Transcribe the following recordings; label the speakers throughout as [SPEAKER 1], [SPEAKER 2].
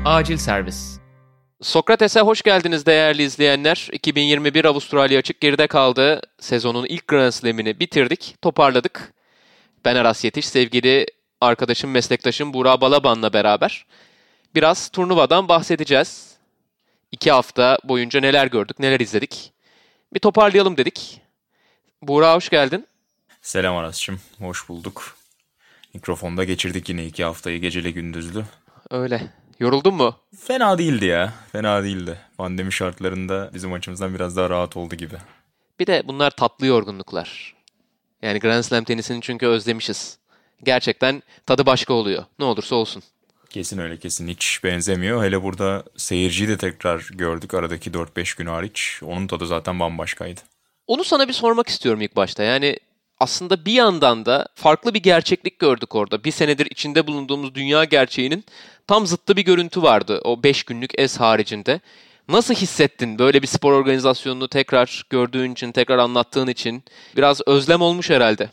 [SPEAKER 1] Acil servis.
[SPEAKER 2] Sokrates'e hoş geldiniz değerli izleyenler. 2021 Avustralya Açık geride kaldı. Sezonun ilk Grand Slam'ini bitirdik, toparladık. Ben Aras Yetiş, sevgili arkadaşım, meslektaşım Burak Balaban'la beraber biraz turnuvadan bahsedeceğiz. 2 hafta boyunca neler gördük, neler izledik. Bir toparlayalım dedik. Burak hoş geldin.
[SPEAKER 3] Selam Aras'cığım, hoş bulduk. Mikrofonda geçirdik yine 2 haftayı geceli gündüzlü.
[SPEAKER 2] Öyle. Yoruldun mu?
[SPEAKER 3] Fena değildi ya, fena değildi. Pandemi şartlarında bizim açımızdan biraz daha rahat oldu gibi.
[SPEAKER 2] Bir de bunlar tatlı yorgunluklar. Yani Grand Slam tenisini çünkü özlemişiz. Gerçekten tadı başka oluyor. Ne olursa olsun.
[SPEAKER 3] Kesin öyle, kesin hiç benzemiyor. Hele burada seyirciyi de tekrar gördük aradaki 4-5 gün hariç. Onun tadı zaten bambaşkaydı.
[SPEAKER 2] Onu sana bir sormak istiyorum ilk başta. Yani aslında bir yandan da farklı bir gerçeklik gördük orada. Bir senedir içinde bulunduğumuz dünya gerçeğinin tam zıttı bir görüntü vardı o 5 günlük ez haricinde. Nasıl hissettin böyle bir spor organizasyonunu tekrar gördüğün için, tekrar anlattığın için? Biraz özlem olmuş herhalde.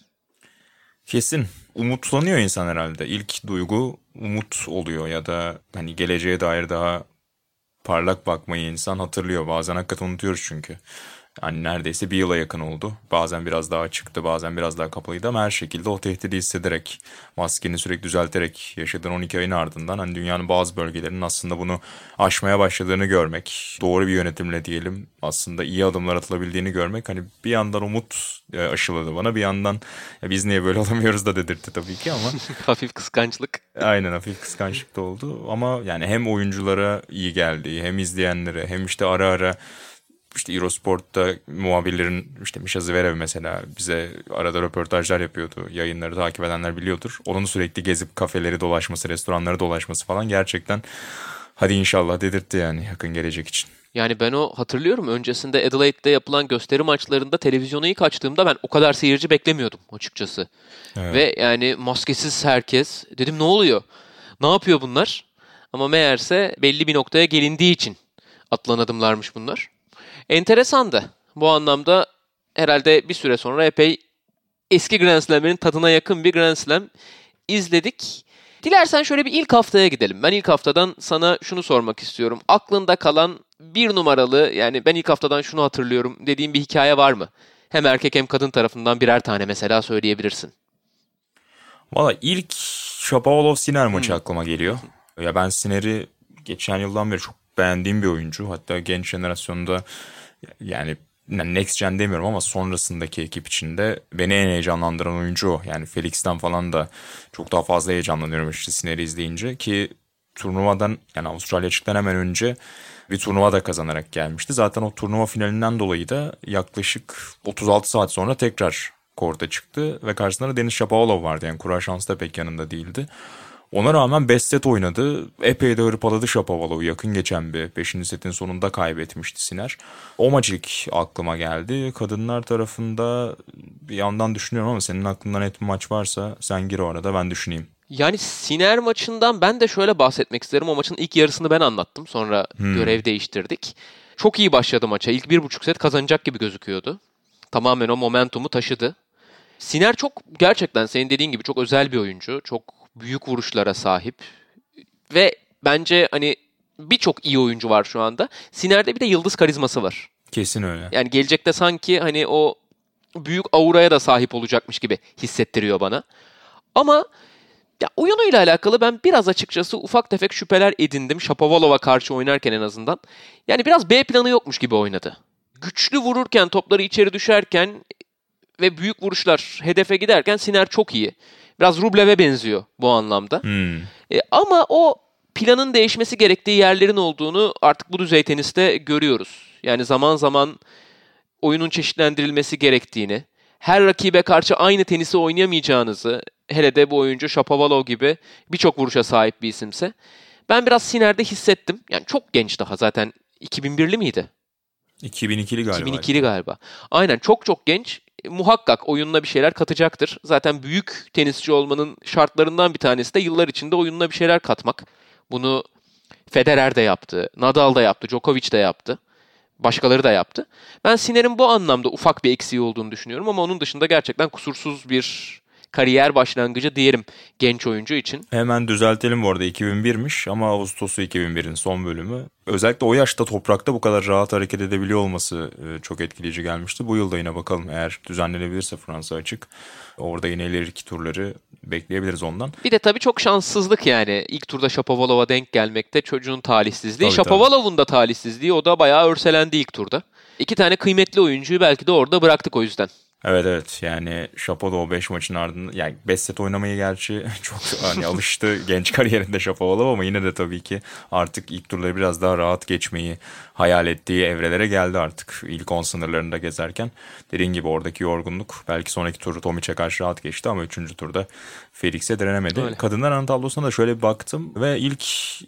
[SPEAKER 3] Kesin. Umutlanıyor insan herhalde. İlk duygu umut oluyor ya da hani geleceğe dair daha parlak bakmayı insan hatırlıyor. Bazen hakikaten unutuyoruz çünkü. Yani neredeyse bir yıla yakın oldu. Bazen biraz daha çıktı, bazen biraz daha kapalıydı ama her şekilde o tehdidi hissederek, maskeni sürekli düzelterek yaşadığın 12 ayın ardından hani dünyanın bazı bölgelerinin aslında bunu aşmaya başladığını görmek, doğru bir yönetimle diyelim aslında iyi adımlar atılabildiğini görmek hani bir yandan umut aşıladı bana, bir yandan biz niye böyle olamıyoruz da dedirtti tabii ki ama
[SPEAKER 2] Hafif kıskançlık.
[SPEAKER 3] aynen hafif kıskançlık da oldu ama yani hem oyunculara iyi geldi, hem izleyenlere, hem işte ara ara İşte Eurosport'ta muhabirlerin işte Misha Zverev mesela bize arada röportajlar yapıyordu. Yayınları takip edenler biliyordur. Onun sürekli gezip kafeleri dolaşması, restoranları dolaşması falan gerçekten hadi inşallah dedirtti yani yakın gelecek için.
[SPEAKER 2] Yani ben hatırlıyorum öncesinde Adelaide'de yapılan gösteri maçlarında televizyonu ilk açtığımda ben o kadar seyirci beklemiyordum açıkçası.
[SPEAKER 3] Evet.
[SPEAKER 2] Ve yani maskesiz herkes. Dedim ne oluyor? Ne yapıyor bunlar? Ama meğerse belli bir noktaya gelindiği için atılan adımlarmış bunlar. Enteresandı. Bu anlamda herhalde bir süre sonra epey eski Grand Slam'lerin tadına yakın bir Grand Slam izledik. Dilersen şöyle bir ilk haftaya gidelim. Ben ilk haftadan sana şunu sormak istiyorum. Aklında kalan bir numaralı, yani ben ilk haftadan şunu hatırlıyorum dediğin bir hikaye var mı? Hem erkek hem kadın tarafından birer tane mesela söyleyebilirsin.
[SPEAKER 3] Valla ilk Shapovalov-Sinner maçı aklıma geliyor. Ya ben Sinner'i geçen yıldan beri çok beğendiğim bir oyuncu. Hatta genç jenerasyonda yani Next Gen demiyorum ama sonrasındaki ekip içinde beni en heyecanlandıran oyuncu o. Yani Felix'ten falan da çok daha fazla heyecanlanıyorum işte Sinner'i izleyince ki turnuvadan yani Avustralya Açık'tan hemen önce bir turnuva da kazanarak gelmişti. Zaten o turnuva finalinden dolayı da yaklaşık 36 saat sonra tekrar korta çıktı ve karşısında da Denis Shapovalov vardı. Yani kura şansı da pek yanında değildi. Ona rağmen 5 set oynadı. Epey de hırpaladı Shapovalov'u. Yakın geçen bir 5. setin sonunda kaybetmişti Sinner. O maç ilk aklıma geldi. Kadınlar tarafında bir yandan düşünüyorum ama senin aklında net bir maç varsa sen gir o arada ben düşüneyim.
[SPEAKER 2] Yani Sinner maçından ben de şöyle bahsetmek isterim. O maçın ilk yarısını ben anlattım. Sonra görev değiştirdik. Çok iyi başladı maça. İlk 1,5 set kazanacak gibi gözüküyordu. Tamamen o momentumu taşıdı. Sinner çok gerçekten senin dediğin gibi çok özel bir oyuncu. Çok büyük vuruşlara sahip. Ve bence hani birçok iyi oyuncu var şu anda. Sinner'de bir de yıldız karizması var.
[SPEAKER 3] Kesin öyle.
[SPEAKER 2] Yani gelecekte sanki hani o büyük auraya da sahip olacakmış gibi hissettiriyor bana. Ama ya oyunuyla alakalı ben biraz açıkçası ufak tefek şüpheler edindim. Shapovalov'a karşı oynarken en azından. Yani biraz B planı yokmuş gibi oynadı. Güçlü vururken, topları içeri düşerken ve büyük vuruşlar hedefe giderken Sinner çok iyi. Biraz Rublev'e benziyor bu anlamda. Ama o planın değişmesi gerektiği yerlerin olduğunu artık bu düzey teniste görüyoruz. Yani zaman zaman oyunun çeşitlendirilmesi gerektiğini, her rakibe karşı aynı tenisi oynayamayacağınızı, hele de bu oyuncu Shapovalov gibi birçok vuruşa sahip bir isimse, ben biraz Sinner'de hissettim. Yani çok genç daha zaten 2001'li miydi?
[SPEAKER 3] 2002'li galiba.
[SPEAKER 2] 2002'li galiba. Aynen çok çok genç. Muhakkak oyununa bir şeyler katacaktır. Zaten büyük tenisçi olmanın şartlarından bir tanesi de yıllar içinde oyununa bir şeyler katmak. Bunu Federer de yaptı, Nadal da yaptı, Djokovic de yaptı. Başkaları da yaptı. Ben Sinner'in bu anlamda ufak bir eksiği olduğunu düşünüyorum ama onun dışında gerçekten kusursuz bir kariyer başlangıcı diyelim genç oyuncu için.
[SPEAKER 3] Hemen düzeltelim, bu arada 2001'miş ama Ağustos'u 2001'in son bölümü. Özellikle o yaşta toprakta bu kadar rahat hareket edebiliyor olması çok etkileyici gelmişti. Bu yılda yine bakalım, eğer düzenlenebilirse Fransa açık. Orada yine ileriki turları bekleyebiliriz ondan.
[SPEAKER 2] Bir de tabii çok şanssızlık yani. İlk turda Shapovalov'a denk gelmekte çocuğun talihsizliği.
[SPEAKER 3] Tabii,
[SPEAKER 2] Shapovalov'un da talihsizliği. O da bayağı örselendi ilk turda. İki tane kıymetli oyuncuyu belki de orada bıraktık o yüzden.
[SPEAKER 3] Evet yani Shapovalov 5 maçın ardından, yani 5 set oynamayı gerçi çok hani alıştı genç kariyerinde Shapovalov, ama yine de tabii ki artık ilk turları biraz daha rahat geçmeyi hayal ettiği evrelere geldi artık ilk 10 sınırlarında gezerken. Dediğin gibi oradaki yorgunluk, belki sonraki turu Tomic'e karşı rahat geçti ama 3. turda Felix'e direnemedi.
[SPEAKER 2] Öyle.
[SPEAKER 3] Kadınlar ana tablosuna da şöyle bir baktım ve ilk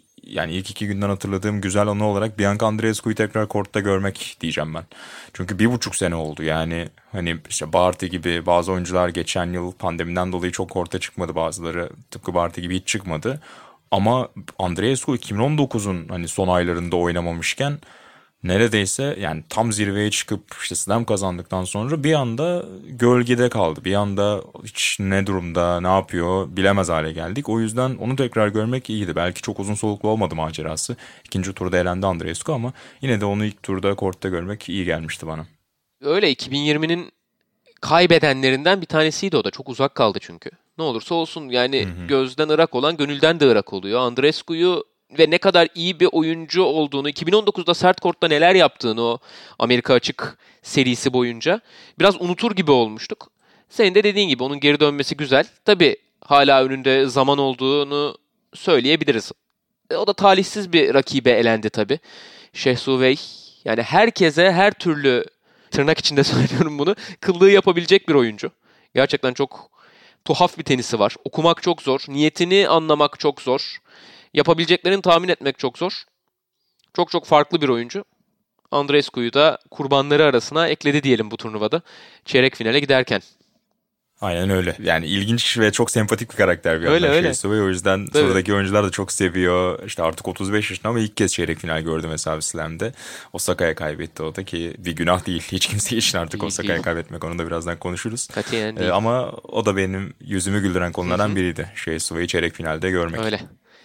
[SPEAKER 3] 2 günden hatırladığım güzel anı olarak Bianca Andreescu'yu tekrar kortta görmek diyeceğim ben. Çünkü 1,5 sene oldu yani, hani işte Barty gibi bazı oyuncular geçen yıl pandemiden dolayı çok korta çıkmadı, bazıları tıpkı Barty gibi hiç çıkmadı. Ama Andreescu 2019'un hani son aylarında oynamamışken neredeyse yani tam zirveye çıkıp işte slam kazandıktan sonra bir anda gölgede kaldı. Bir anda hiç ne durumda, ne yapıyor bilemez hale geldik. O yüzden onu tekrar görmek iyiydi. Belki çok uzun soluklu olmadı macerası. 2. turda elendi Andreescu ama yine de onu ilk turda kortta görmek iyi gelmişti bana.
[SPEAKER 2] Öyle 2020'nin kaybedenlerinden bir tanesiydi o da. Çok uzak kaldı çünkü. Ne olursa olsun yani gözden ırak olan gönülden de ırak oluyor. Andreescu'yu ve ne kadar iyi bir oyuncu olduğunu, 2019'da sert kortta neler yaptığını o Amerika Açık serisi boyunca biraz unutur gibi olmuştuk. Senin de dediğin gibi onun geri dönmesi güzel. Tabii hala önünde zaman olduğunu söyleyebiliriz. O da talihsiz bir rakibe elendi tabii. Şehsuvey yani herkese her türlü, tırnak içinde söylüyorum bunu, kıllığı yapabilecek bir oyuncu. Gerçekten çok tuhaf bir tenisi var. Okumak çok zor. Niyetini anlamak çok zor. Yapabileceklerini tahmin etmek çok zor. Çok çok farklı bir oyuncu. Andreescu'yu da kurbanları arasına ekledi diyelim bu turnuvada. Çeyrek finale giderken.
[SPEAKER 3] Aynen öyle. Yani ilginç ve çok sempatik bir karakter bir
[SPEAKER 2] Öyle,
[SPEAKER 3] yandan
[SPEAKER 2] öyle.
[SPEAKER 3] Şehsuvey. O yüzden
[SPEAKER 2] Tabii.
[SPEAKER 3] sıradaki oyuncular da çok seviyor. İşte artık 35 yaşında ama ilk kez çeyrek final gördü mesela Slam'de. Osaka'ya kaybetti o da, ki bir günah değil. Hiç kimse için artık
[SPEAKER 2] Değil,
[SPEAKER 3] Osaka'ya
[SPEAKER 2] değil.
[SPEAKER 3] kaybetmek. Onu da birazdan konuşuruz.
[SPEAKER 2] Katiyen değil.
[SPEAKER 3] Ama o da benim yüzümü güldüren konulardan biriydi. Şehsuvey'i çeyrek finalde görmek.
[SPEAKER 2] Öyle.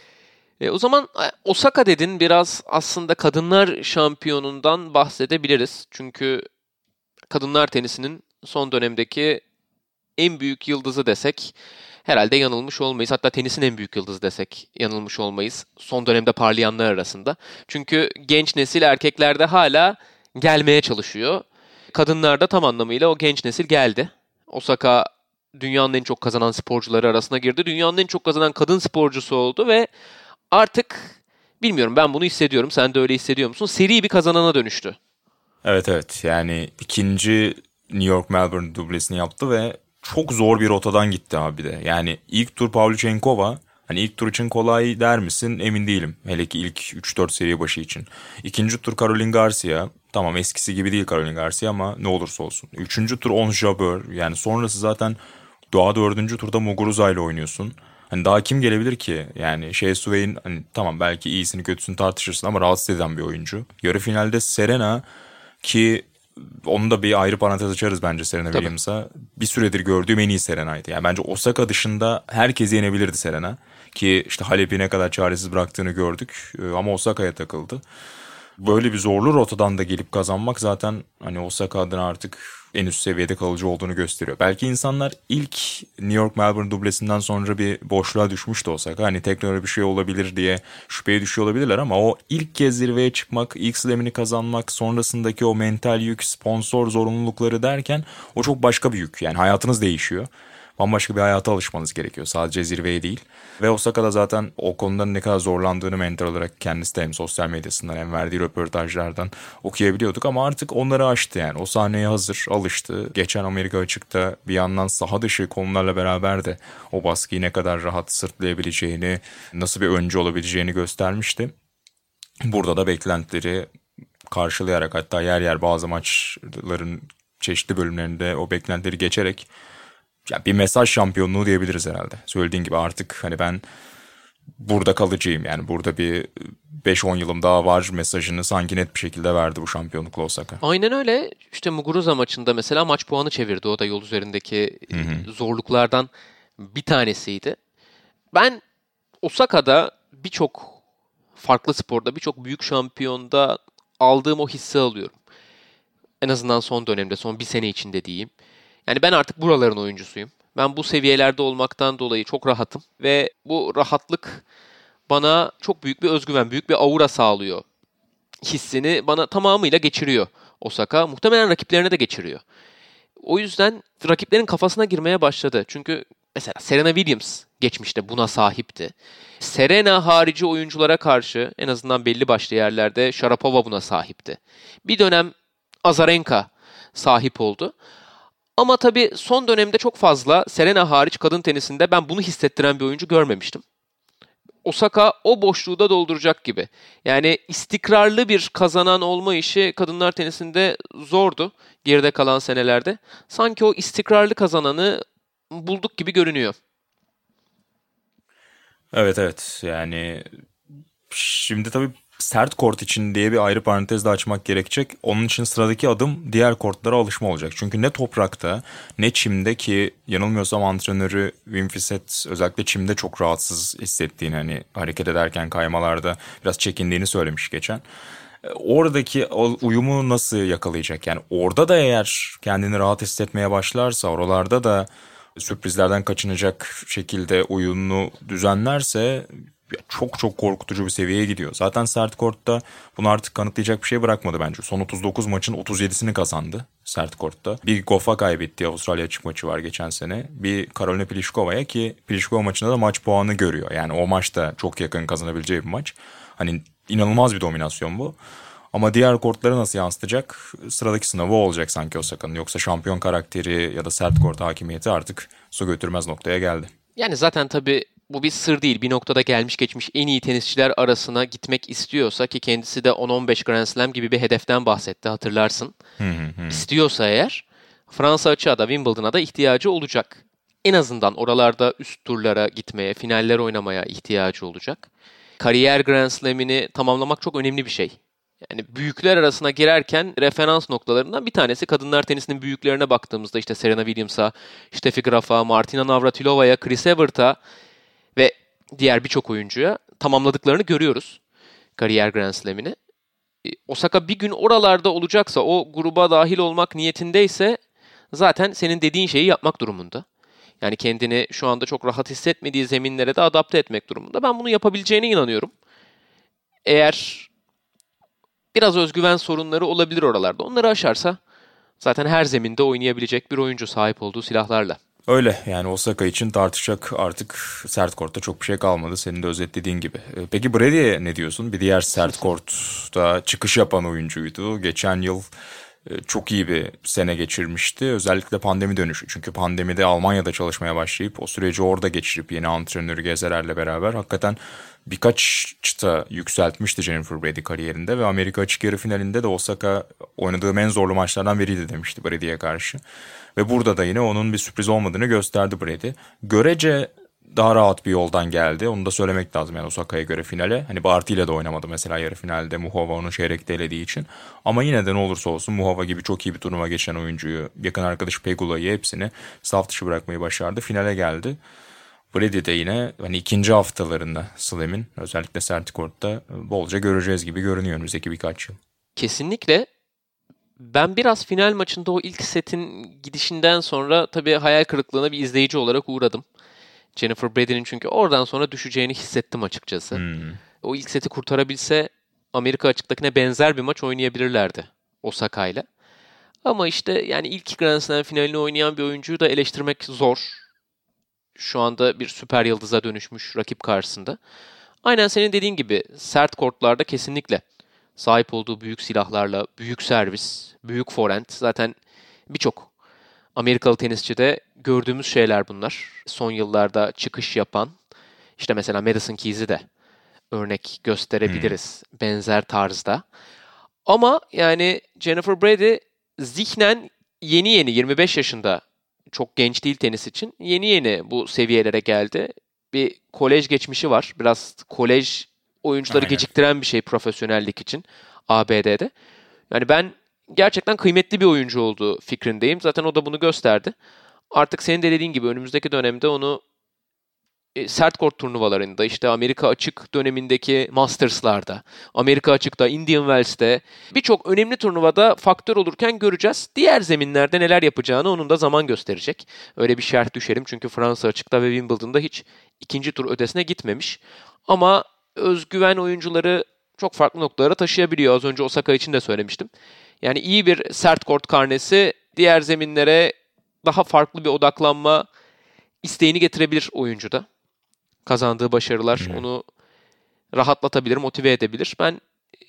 [SPEAKER 2] O zaman Osaka dedin, biraz aslında kadınlar şampiyonundan bahsedebiliriz. Çünkü kadınlar tenisinin son dönemdeki en büyük yıldızı desek herhalde yanılmış olmayız. Hatta tenisin en büyük yıldızı desek yanılmış olmayız. Son dönemde parlayanlar arasında. Çünkü genç nesil erkeklerde hala gelmeye çalışıyor. Kadınlarda tam anlamıyla o genç nesil geldi. Osaka dünyanın en çok kazanan sporcuları arasına girdi. Dünyanın en çok kazanan kadın sporcusu oldu ve artık bilmiyorum, ben bunu hissediyorum. Sen de öyle hissediyor musun? Seri bir kazanana dönüştü.
[SPEAKER 3] Evet yani ikinci New York Melbourne dublesini yaptı ve çok zor bir rotadan gitti abi de. Yani ilk tur Pavlyuchenkova, hani ilk tur için kolay der misin emin değilim. Hele ki ilk 3-4 seri başı için. İkinci tur Caroline Garcia, tamam eskisi gibi değil Caroline Garcia ama ne olursa olsun. Üçüncü tur Ons Jabeur, yani sonrası zaten daha 4. turda Muguruza ile oynuyorsun. Hani daha kim gelebilir ki? Yani Şehsuvey'in hani tamam belki iyisini kötüsünü tartışırsın ama rahatsız eden bir oyuncu. Yarı finalde Serena, ki onu da bir ayrı parantez açarız bence Serena Williams'a. Bir süredir gördüğüm en iyi Serena'ydı. Yani bence Osaka dışında herkesi yenebilirdi Serena. Ki işte Halep'i ne kadar çaresiz bıraktığını gördük. Ama Osaka'ya takıldı. Böyle bir zorlu rotadan da gelip kazanmak zaten hani Osaka adına artık en üst seviyede kalıcı olduğunu gösteriyor. Belki insanlar ilk New York Melbourne dublesinden sonra bir boşluğa düşmüştü Osaka. Hani tekrar bir şey olabilir diye şüpheye düşüyor olabilirler ama o ilk kez zirveye çıkmak, ilk slam'ini kazanmak, sonrasındaki o mental yük, sponsor zorunlulukları derken o çok başka bir yük. Yani hayatınız değişiyor. Bambaşka bir hayata alışmanız gerekiyor. Sadece zirveye değil. Ve Osaka'da zaten o konuda ne kadar zorlandığını mental olarak kendisi de hem sosyal medyasından hem verdiği röportajlardan okuyabiliyorduk. Ama artık onları aştı yani. O sahneye hazır, alıştı. Geçen Amerika Açık'ta bir yandan saha dışı konularla beraber de o baskıyı ne kadar rahat sırtlayabileceğini, nasıl bir öncü olabileceğini göstermişti. Burada da beklentileri karşılayarak, hatta yer yer bazı maçların çeşitli bölümlerinde o beklentileri geçerek ya bir mesaj şampiyonluğu diyebiliriz herhalde. Söylediğin gibi artık hani ben burada kalıcıyım. Yani burada bir 5-10 yılım daha var mesajını sanki net bir şekilde verdi bu şampiyonlukla Osaka.
[SPEAKER 2] Aynen öyle. İşte Muguruza maçında mesela maç puanı çevirdi. O da yol üzerindeki
[SPEAKER 3] Hı hı.
[SPEAKER 2] zorluklardan bir tanesiydi. Ben Osaka'da birçok farklı sporda, birçok büyük şampiyonda aldığım o hissi alıyorum. En azından son dönemde, son bir sene içinde diyeyim. Yani ben artık buraların oyuncusuyum. Ben bu seviyelerde olmaktan dolayı çok rahatım ve bu rahatlık bana çok büyük bir özgüven, büyük bir aura sağlıyor. Hissini bana tamamıyla geçiriyor Osaka. Muhtemelen rakiplerine de geçiriyor. O yüzden rakiplerin kafasına girmeye başladı. Çünkü mesela Serena Williams geçmişte buna sahipti. Serena harici oyunculara karşı en azından belli başlı yerlerde Sharapova buna sahipti. Bir dönem Azarenka sahip oldu. Ama tabii son dönemde çok fazla Serena hariç kadın tenisinde ben bunu hissettiren bir oyuncu görmemiştim. Osaka o boşluğu da dolduracak gibi. Yani istikrarlı bir kazanan olma işi kadınlar tenisinde zordu geride kalan senelerde. Sanki o istikrarlı kazananı bulduk gibi görünüyor.
[SPEAKER 3] Evet, evet, yani şimdi tabii sert kort için diye bir ayrı parantez de açmak gerekecek. Onun için sıradaki adım diğer kortlara alışma olacak. Çünkü ne toprakta ne çimde, ki yanılmıyorsam antrenörü Wim Fissette özellikle çimde çok rahatsız hissettiğini, hani hareket ederken kaymalarda biraz çekindiğini söylemiş geçen. Oradaki uyumu nasıl yakalayacak? Yani orada da eğer kendini rahat hissetmeye başlarsa, oralarda da sürprizlerden kaçınacak şekilde oyununu düzenlerse çok çok korkutucu bir seviyeye gidiyor. Zaten sert kortta bunu artık kanıtlayacak bir şey bırakmadı bence. Son 39 maçın 37'sini kazandı sert kortta. Bir Goff'a kaybetti, Avustralya açık maçı var geçen sene. Bir Karolina Pliškova'ya, ki Pliškova maçında da maç puanı görüyor. Yani o maç da çok yakın kazanabileceği bir maç. Hani inanılmaz bir dominasyon bu. Ama diğer kortları nasıl yansıtacak? Sıradaki sınavı olacak sanki Osaka'nın. Yoksa şampiyon karakteri ya da sert kort hakimiyeti artık su götürmez noktaya geldi.
[SPEAKER 2] Yani zaten tabii bu bir sır değil. Bir noktada gelmiş geçmiş en iyi tenisçiler arasına gitmek istiyorsa, ki kendisi de 10-15 Grand Slam gibi bir hedeften bahsetti, hatırlarsın. İstiyorsa eğer Fransa açığa da Wimbledon'a da ihtiyacı olacak. En azından oralarda üst turlara gitmeye, finaller oynamaya ihtiyacı olacak. Kariyer Grand Slam'ini tamamlamak çok önemli bir şey. Yani büyükler arasına girerken referans noktalarından bir tanesi, kadınlar tenisinin büyüklerine baktığımızda işte Serena Williams'a, Steffi Graf'a, Martina Navratilova'ya, Chris Evert'a ve diğer birçok oyuncuya tamamladıklarını görüyoruz kariyer Grand Slam'ini. Osaka bir gün oralarda olacaksa, o gruba dahil olmak niyetindeyse zaten senin dediğin şeyi yapmak durumunda. Yani kendini şu anda çok rahat hissetmediği zeminlere de adapte etmek durumunda. Ben bunu yapabileceğine inanıyorum. Eğer biraz özgüven sorunları olabilir oralarda, onları aşarsa zaten her zeminde oynayabilecek bir oyuncu sahip olduğu silahlarla.
[SPEAKER 3] Öyle yani, Osaka için tartışacak artık sert kortta çok bir şey kalmadı, senin de özetlediğin gibi. Peki Brady'e ne diyorsun? Bir diğer sert kortta çıkış yapan oyuncuydu. Geçen yıl çok iyi bir sene geçirmişti. Özellikle pandemi dönüşü. Çünkü pandemide Almanya'da çalışmaya başlayıp o süreci orada geçirip yeni antrenörü Gezerer'le beraber hakikaten birkaç çıta yükseltmişti Jennifer Brady kariyerinde ve Amerika açık yarı finalinde de Osaka oynadığım en zorlu maçlardan biriydi demişti Brady'ye karşı. Ve burada da yine onun bir sürpriz olmadığını gösterdi Brady. Görece daha rahat bir yoldan geldi. Onu da söylemek lazım yani Osaka'ya göre finale. Hani Barty ile de oynamadı mesela yarı finalde, Muhova onu çeyrekte elediği için. Ama yine de ne olursa olsun Muhova gibi çok iyi bir turnuva geçen oyuncuyu, yakın arkadaş Pegula'yı, hepsini saf dışı bırakmayı başardı. Finale geldi. Brady de yine hani ikinci haftalarında Slam'in özellikle sert kortta bolca göreceğiz gibi görünüyor önümüzdeki birkaç yıl.
[SPEAKER 2] Kesinlikle. Ben biraz final maçında o ilk setin gidişinden sonra tabii hayal kırıklığına bir izleyici olarak uğradım. Jennifer Brady'nin çünkü oradan sonra düşeceğini hissettim açıkçası. O ilk seti kurtarabilse Amerika açıktakine benzer bir maç oynayabilirlerdi Osaka'yla. Ama işte yani ilk Grand Slam finalini oynayan bir oyuncuyu da eleştirmek zor. Şu anda bir süper yıldıza dönüşmüş rakip karşısında. Aynen senin dediğin gibi sert kortlarda kesinlikle sahip olduğu büyük silahlarla, büyük servis, büyük forehand, zaten birçok Amerikalı tenisçide gördüğümüz şeyler bunlar. Son yıllarda çıkış yapan, işte mesela Madison Keys'i de örnek gösterebiliriz benzer tarzda. Ama yani Jennifer Brady zihnen yeni yeni 25 yaşında, çok genç değil tenis için, yeni yeni bu seviyelere geldi. bir kolej geçmişi var. Biraz kolej oyuncuları
[SPEAKER 3] Aynen.
[SPEAKER 2] geciktiren bir şey profesyonellik için ABD'de. Yani ben gerçekten kıymetli bir oyuncu olduğu fikrindeyim. Zaten o da bunu gösterdi. Artık senin de dediğin gibi önümüzdeki dönemde onu sert kort turnuvalarında, işte Amerika Açık dönemindeki Masters'larda, Amerika Açık'ta, Indian Wells'te birçok önemli turnuvada faktör olurken göreceğiz. Diğer zeminlerde neler yapacağını onun da zaman gösterecek. Öyle bir şerh düşerim çünkü Fransa Açık'ta ve Wimbledon'da hiç ikinci tur ötesine gitmemiş. Ama özgüven oyuncuları çok farklı noktalara taşıyabiliyor. Az önce Osaka için de söylemiştim. Yani iyi bir sert kort karnesi diğer zeminlere daha farklı bir odaklanma isteğini getirebilir oyuncuda. Kazandığı başarılar onu rahatlatabilir, motive edebilir. Ben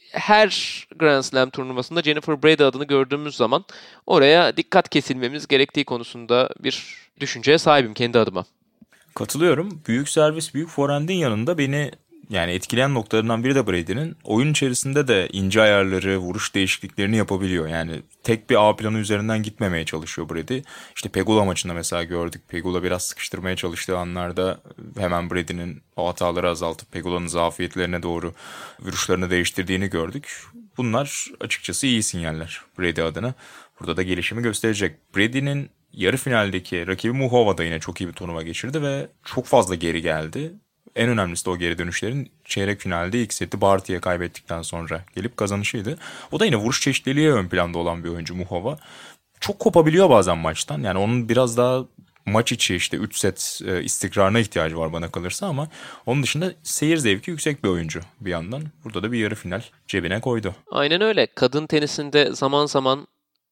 [SPEAKER 2] her Grand Slam turnuvasında Jennifer Brady adını gördüğümüz zaman oraya dikkat kesilmemiz gerektiği konusunda bir düşünceye sahibim kendi adıma.
[SPEAKER 3] Katılıyorum. Büyük servis, büyük forehand'in yanında beni yani etkileyen noktalarından biri de Brady'nin oyun içerisinde de ince ayarları, vuruş değişikliklerini yapabiliyor. Yani tek bir A planı üzerinden gitmemeye çalışıyor Brady. İşte Pegula maçında mesela gördük. Pegula biraz sıkıştırmaya çalıştığı anlarda hemen Brady'nin o hataları azaltıp Pegula'nın zafiyetlerine doğru vuruşlarını değiştirdiğini gördük. Bunlar açıkçası iyi sinyaller Brady adına. Burada da gelişimi gösterecek. Brady'nin yarı finaldeki rakibi Muhova da yine çok iyi bir turnuva geçirdi ve çok fazla geri geldi. En önemlisi de o geri dönüşlerin çeyrek finalde ilk seti Barty'ye kaybettikten sonra gelip kazanışıydı. O da yine vuruş çeşitliliği ön planda olan bir oyuncu Muhova. Çok kopabiliyor bazen maçtan. Yani onun biraz daha maç içi işte 3 set istikrarına ihtiyacı var bana kalırsa ama onun dışında seyir zevki yüksek bir oyuncu bir yandan. Burada da bir yarı final cebine koydu.
[SPEAKER 2] Aynen öyle. Kadın tenisinde zaman zaman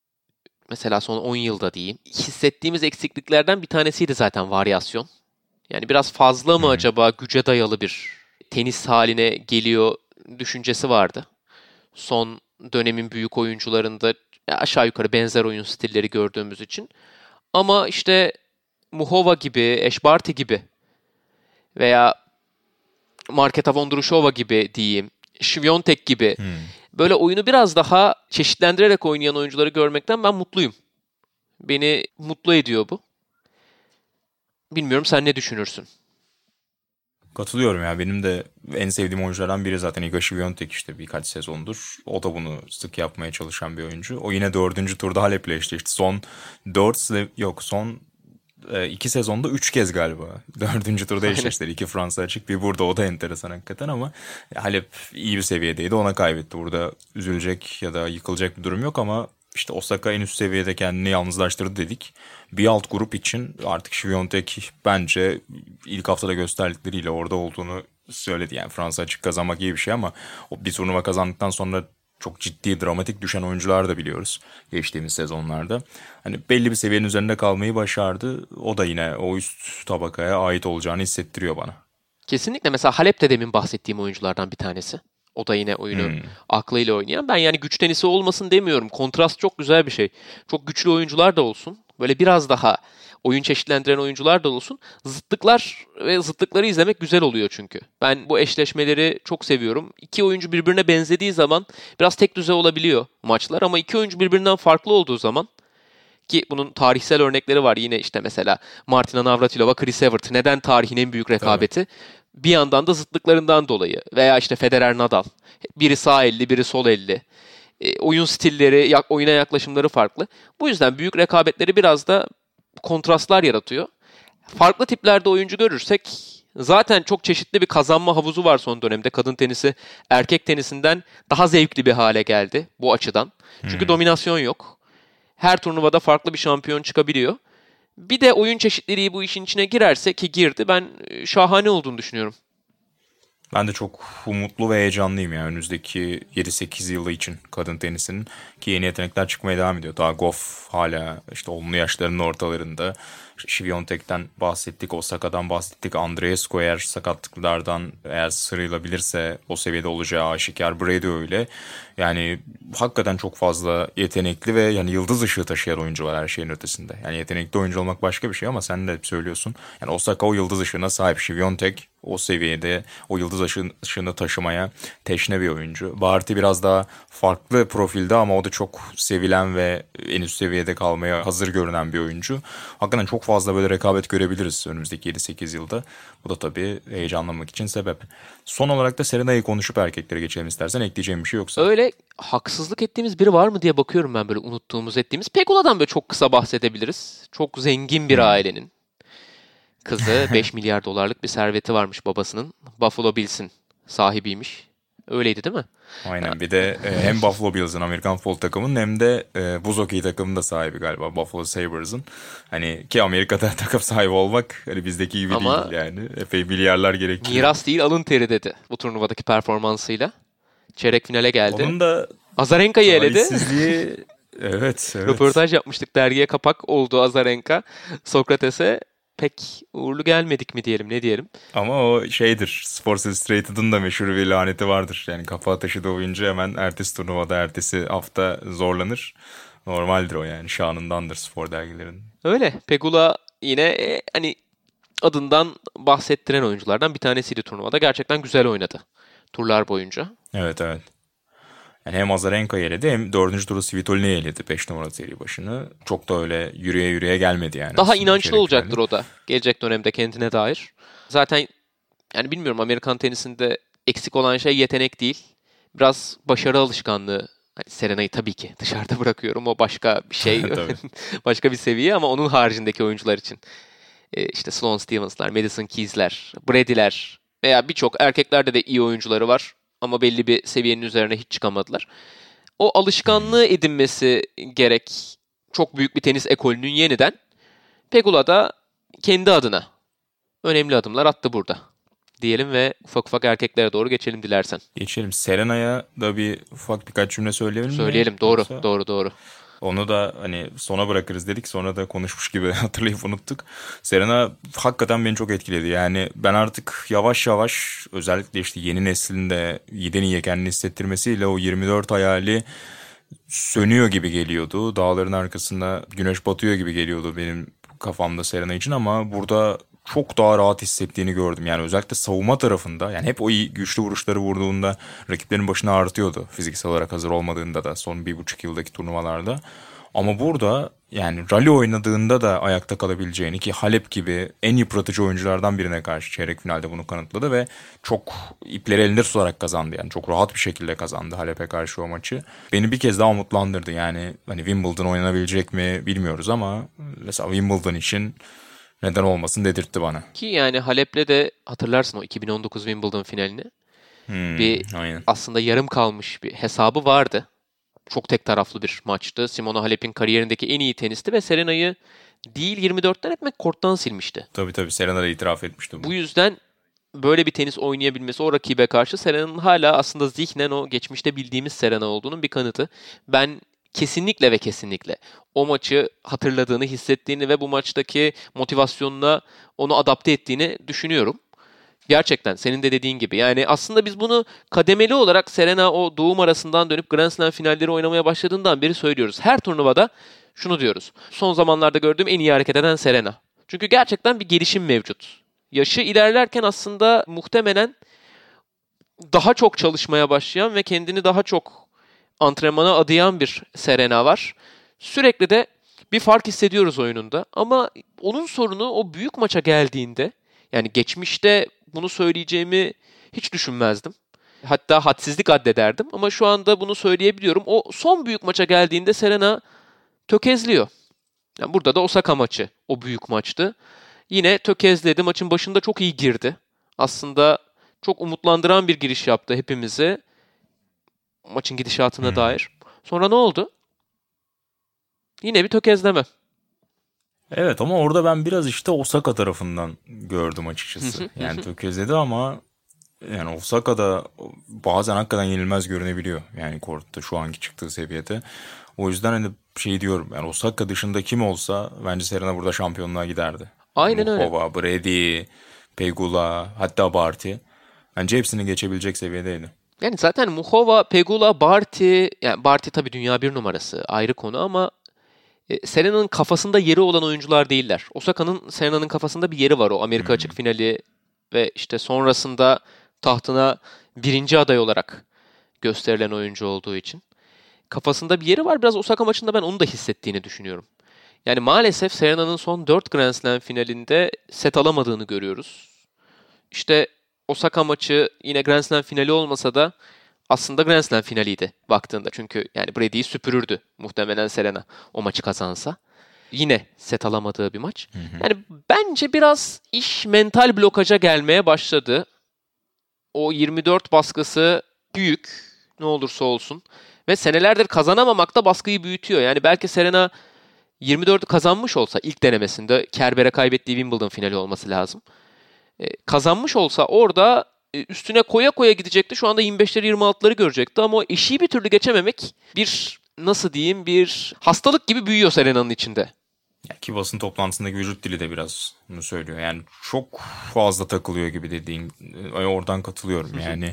[SPEAKER 2] mesela son 10 yılda diyeyim hissettiğimiz eksikliklerden bir tanesiydi zaten varyasyon. Yani biraz fazla mı acaba güce dayalı bir tenis haline geliyor düşüncesi vardı. Son dönemin büyük oyuncularında aşağı yukarı benzer oyun stilleri gördüğümüz için. Ama işte Muhova gibi, Ash Barty gibi veya Marketa Vondrushova gibi diyeyim, Świątek gibi böyle oyunu biraz daha çeşitlendirerek oynayan oyuncuları görmekten ben mutluyum. Beni mutlu ediyor bu. Bilmiyorum sen ne düşünürsün?
[SPEAKER 3] Katılıyorum ya. Benim de en sevdiğim oyunculardan biri zaten Iga Świątek işte birkaç sezondur. O da bunu sık yapmaya çalışan bir oyuncu. O yine dördüncü turda Halep'le eşleşti. Son 2 sezonda 3 kez galiba. Dördüncü turda eşleştiler. 2 Fransa açık bir burada o da enteresan hakikaten ama Halep iyi bir seviyedeydi. Ona kaybetti. Burada üzülecek ya da yıkılacak bir durum yok ama işte Osaka en üst seviyede kendini yalnızlaştırdı dedik. Bir alt grup için artık Świątek bence ilk haftada gösterdikleriyle orada olduğunu söyledi. Yani Fransa açık kazanmak iyi bir şey ama o bir turnuva kazandıktan sonra çok ciddi dramatik düşen oyuncular da biliyoruz geçtiğimiz sezonlarda. Hani belli bir seviyenin üzerinde kalmayı başardı. O da yine o üst tabakaya ait olacağını hissettiriyor bana.
[SPEAKER 2] Kesinlikle mesela Halep de demin bahsettiğim oyunculardan bir tanesi. O da yine oyunu aklıyla oynayan. Ben yani güç tenisi olmasın demiyorum. Kontrast çok güzel bir şey. Çok güçlü oyuncular da olsun. Böyle biraz daha oyun çeşitlendiren oyuncular da olsun. Zıtlıklar ve zıtlıkları izlemek güzel oluyor çünkü. Ben bu eşleşmeleri çok seviyorum. İki oyuncu birbirine benzediği zaman biraz tek düze olabiliyor maçlar. Ama iki oyuncu birbirinden farklı olduğu zaman ki bunun tarihsel örnekleri var. Yine işte mesela Martina Navratilova, Chris Evert. Neden tarihin en büyük
[SPEAKER 3] Tabii.
[SPEAKER 2] rekabeti? Bir yandan da zıtlıklarından dolayı. Veya işte Federer Nadal. Biri sağ elli, biri sol elli. Oyun stilleri, oyuna yaklaşımları farklı. Bu yüzden büyük rekabetleri biraz da kontrastlar yaratıyor. Farklı tiplerde oyuncu görürsek zaten çok çeşitli bir kazanma havuzu var son dönemde. Kadın tenisi erkek tenisinden daha zevkli bir hale geldi bu açıdan. Çünkü dominasyon yok. Her turnuvada farklı bir şampiyon çıkabiliyor. Bir de oyun çeşitliliği bu işin içine girerse ki girdi ben şahane olduğunu düşünüyorum.
[SPEAKER 3] Ben de çok umutlu ve heyecanlıyım yani önümüzdeki 7-8 yılı için kadın tenisinin ki yeni yetenekler çıkmaya devam ediyor. Daha Goff hala işte olumlu yaşlarının ortalarında. İşte Świątek'ten bahsettik, Osaka'dan bahsettik. Andreescu eğer sakatlıklardan eğer sıyrılabilirse o seviyede olacağı aşikar. Brady öyle. Yani hakikaten çok fazla yetenekli ve yani yıldız ışığı taşıyan oyuncu var her şeyin ötesinde. Yani yetenekli oyuncu olmak başka bir şey ama sen de hep söylüyorsun. Yani Osaka o yıldız ışığına sahip. Świątek o seviyede o yıldız ışığını taşımaya teşne bir oyuncu. Barty biraz daha farklı profilde ama o da çok sevilen ve en üst seviyede kalmaya hazır görünen bir oyuncu. Hakikaten çok fazla böyle rekabet görebiliriz önümüzdeki 7-8 yılda. Bu da tabii heyecanlanmak için sebep. Son olarak da Serena'yı konuşup erkeklere geçelim istersen. Ekleyeceğim bir şey yoksa.
[SPEAKER 2] Öyle haksızlık ettiğimiz biri var mı diye bakıyorum ben, böyle unuttuğumuz ettiğimiz. Pegula'dan böyle çok kısa bahsedebiliriz. Çok zengin bir ailenin kızı. 5 milyar dolarlık bir serveti varmış babasının. Buffalo Bills'in sahibiymiş. Öyleydi değil mi?
[SPEAKER 3] Aynen, bir de hem Buffalo Bills'ın Amerikan futbol takımının hem de buz hokeyi takımının da sahibi galiba, Buffalo Sabres'ın. Hani ki Amerika'da takım sahibi olmak hani bizdeki gibi
[SPEAKER 2] Ama
[SPEAKER 3] değil yani. Epey milyarlar gerekiyor.
[SPEAKER 2] miras değil, alın teri dedi bu turnuvadaki performansıyla. Çeyrek finale geldi.
[SPEAKER 3] Onun da
[SPEAKER 2] Azarenka'yı eledi.
[SPEAKER 3] talihsizliği evet.
[SPEAKER 2] Röportaj yapmıştık, dergiye kapak oldu Azarenka. Sokrates'e pek uğurlu gelmedik mi diyelim, ne diyelim.
[SPEAKER 3] Ama o şeydir, Sports Illustrated'ın da meşhur bir laneti vardır. Yani kafa taşıdığı oyuncu hemen ertesi turnuvada, ertesi hafta zorlanır. Normaldir o, yani şanındandır spor dergilerinin.
[SPEAKER 2] Öyle. Pegula yine hani adından bahsettiren oyunculardan bir tanesiydi turnuvada. Gerçekten güzel oynadı turlar boyunca.
[SPEAKER 3] Evet. Yani hem Azarenka'yı eledi hem 4. turu Svitoline'yi eledi 5 numara seri başını. Çok da öyle yürüye gelmedi yani.
[SPEAKER 2] Daha
[SPEAKER 3] aslında
[SPEAKER 2] inançlı
[SPEAKER 3] çeyrek
[SPEAKER 2] olacaktır
[SPEAKER 3] finalde.
[SPEAKER 2] o da gelecek dönemde kendine dair. Zaten yani bilmiyorum, Amerikan tenisinde eksik olan şey yetenek değil. Biraz başarı alışkanlığı. Hani Serena'yı tabii ki dışarıda bırakıyorum. O başka bir şey.
[SPEAKER 3] Tabii.
[SPEAKER 2] Başka bir seviye, ama onun haricindeki oyuncular için. İşte Sloane Stevens'lar, Madison Keys'ler, Brady'ler veya birçok erkeklerde de iyi oyuncuları var. Ama belli bir seviyenin üzerine hiç çıkamadılar. O alışkanlığı edinmesi gerek, çok büyük bir tenis ekolünün yeniden. Pegula da kendi adına önemli adımlar attı burada diyelim ve ufak ufak erkeklere doğru geçelim dilersen.
[SPEAKER 3] Geçelim. Serena'ya da birkaç cümle söyleyelim mi?
[SPEAKER 2] Söyleyelim, doğru,
[SPEAKER 3] Yoksa
[SPEAKER 2] doğru.
[SPEAKER 3] onu da hani sona bırakırız dedik, sonra da konuşmuş gibi hatırlayıp unuttuk. Serena hakikaten beni çok etkiledi. Yani ben artık yavaş yavaş, özellikle işte yeni neslinde iyiden iyiye kendini hissettirmesiyle o 24 hayali sönüyor gibi geliyordu. Dağların arkasında güneş batıyor gibi geliyordu benim kafamda Serena için, ama burada çok daha rahat hissettiğini gördüm. Yani özellikle savunma tarafında, yani hep o iyi güçlü vuruşları vurduğunda rakiplerin başına ağrıtıyordu. Fiziksel olarak hazır olmadığında da son 1,5 yıldaki turnuvalarda. Ama burada yani rally oynadığında da ayakta kalabileceğini, ki Halep gibi en yıpratıcı oyunculardan birine karşı çeyrek finalde bunu kanıtladı ve çok ipleri elinde tutarak kazandı. Yani çok rahat bir şekilde kazandı Halep'e karşı o maçı. Beni bir kez daha umutlandırdı. Yani hani Wimbledon oynanabilecek mi bilmiyoruz ama mesela Wimbledon için neden olmasın dedirtti bana.
[SPEAKER 2] Ki yani Halep'le de hatırlarsın o 2019 Wimbledon finalini. Bir
[SPEAKER 3] Aynen.
[SPEAKER 2] aslında yarım kalmış bir hesabı vardı. Çok tek taraflı bir maçtı. Simona Halep'in kariyerindeki en iyi tenisti ve Serena'yı değil 24'ten etmek korttan silmişti.
[SPEAKER 3] Tabii Serena da itiraf etmişti
[SPEAKER 2] Bu yüzden böyle bir tenis oynayabilmesi o rakibe karşı Serena'nın hala aslında zihnen o geçmişte bildiğimiz Serena olduğunun bir kanıtı. Ben kesinlikle ve kesinlikle o maçı hatırladığını, hissettiğini ve bu maçtaki motivasyonuna onu adapte ettiğini düşünüyorum. Gerçekten senin de dediğin gibi. Yani aslında biz bunu kademeli olarak Serena o doğum arasından dönüp Grand Slam finalleri oynamaya başladığından beri söylüyoruz. Her turnuvada şunu diyoruz: son zamanlarda gördüğüm en iyi hareket eden Serena. Çünkü gerçekten bir gelişim mevcut. Yaşı ilerlerken aslında muhtemelen daha çok çalışmaya başlayan ve kendini daha çok antrenmana adayan bir Serena var. Sürekli de bir fark hissediyoruz oyununda. Ama onun sorunu o büyük maça geldiğinde, yani geçmişte bunu söyleyeceğimi hiç düşünmezdim. Hatta hadsizlik addederdim ama şu anda bunu söyleyebiliyorum. O son büyük maça geldiğinde Serena tökezliyor. Yani burada da Osaka maçı o büyük maçtı. Yine tökezledi. Maçın başında çok iyi girdi. Aslında çok umutlandıran bir giriş yaptı hepimize. Maçın gidişatına dair. Sonra ne oldu? Yine bir tökezleme.
[SPEAKER 3] Evet, ama orada ben biraz işte Osaka tarafından gördüm açıkçası. Yani tökezledi ama yani Osaka'da bazen hakikaten yenilmez görünebiliyor. Yani kortta şu anki çıktığı seviyede. O yüzden hani şey diyorum, yani Osaka dışında kim olsa bence Serena burada şampiyonluğa giderdi.
[SPEAKER 2] Aynen öyle.
[SPEAKER 3] Muchova, Brady, Pegula, hatta Barty. Bence hepsini geçebilecek seviyedeydi.
[SPEAKER 2] Yani zaten Muchova, Pegula, Barty, yani Barty tabii dünya bir numarası ayrı konu ama Serena'nın kafasında yeri olan oyuncular değiller. Osaka'nın Serena'nın kafasında bir yeri var, o Amerika açık finali ve işte sonrasında tahtına birinci aday olarak gösterilen oyuncu olduğu için kafasında bir yeri var. Biraz Osaka maçında ben onu da hissettiğini düşünüyorum. Yani maalesef Serena'nın son 4 Grand Slam finalinde set alamadığını görüyoruz. İşte Osaka maçı yine Grand Slam finali olmasa da aslında Grand Slam finaliydi baktığında. Çünkü yani Brady'yi süpürürdü muhtemelen Serena o maçı kazansa. Yine set alamadığı bir maç. Yani bence biraz iş mental blokaja gelmeye başladı. O 24 baskısı büyük ne olursa olsun. Ve senelerdir kazanamamak da baskıyı büyütüyor. Yani belki Serena 24'ü kazanmış olsa ilk denemesinde Kerber'e kaybettiği Wimbledon finali olması lazım. Kazanmış olsa orada üstüne koya koya gidecekti. Şu anda 25'leri 26'ları görecekti ama o eşiği bir türlü geçememek bir nasıl diyeyim bir hastalık gibi büyüyor Serena'nın içinde.
[SPEAKER 3] Ya ki basın toplantısındaki vücut dili de biraz bunu söylüyor. Yani çok fazla takılıyor gibi dediğin oradan katılıyorum. Yani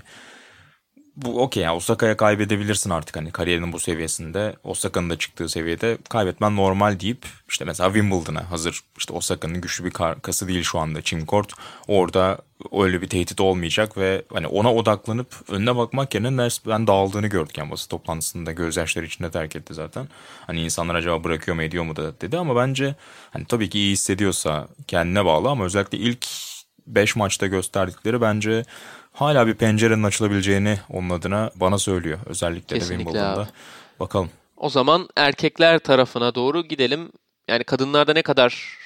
[SPEAKER 3] bu okey ya, Osaka'ya kaybedebilirsin artık hani kariyerinin bu seviyesinde. Osaka'nın da çıktığı seviyede kaybetmen normal deyip işte mesela Wimbledon'a hazır işte Osaka'nın güçlü bir kası değil şu anda çim kort. Orada öyle bir tehdit olmayacak ve hani ona odaklanıp önüne bakmak yerine ben dağıldığını gördük yani basın toplantısında gözyaşları içinde terk etti zaten. Hani insanlar acaba bırakıyor mu ediyor mu da dedi ama bence hani tabii ki iyi hissediyorsa kendine bağlı ama özellikle ilk 5 maçta gösterdikleri bence hala bir pencerenin açılabileceğini onun adına bana söylüyor. Özellikle
[SPEAKER 2] Kesinlikle
[SPEAKER 3] de Wimbledon'da.
[SPEAKER 2] abi.
[SPEAKER 3] Bakalım.
[SPEAKER 2] O zaman erkekler tarafına doğru gidelim. Yani kadınlarda ne kadar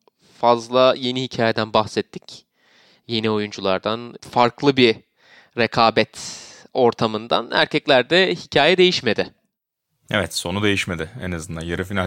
[SPEAKER 2] fazla yeni hikayeden bahsettik. Yeni oyunculardan, farklı bir rekabet ortamından. Erkeklerde hikaye değişmedi.
[SPEAKER 3] Evet, sonu değişmedi en azından.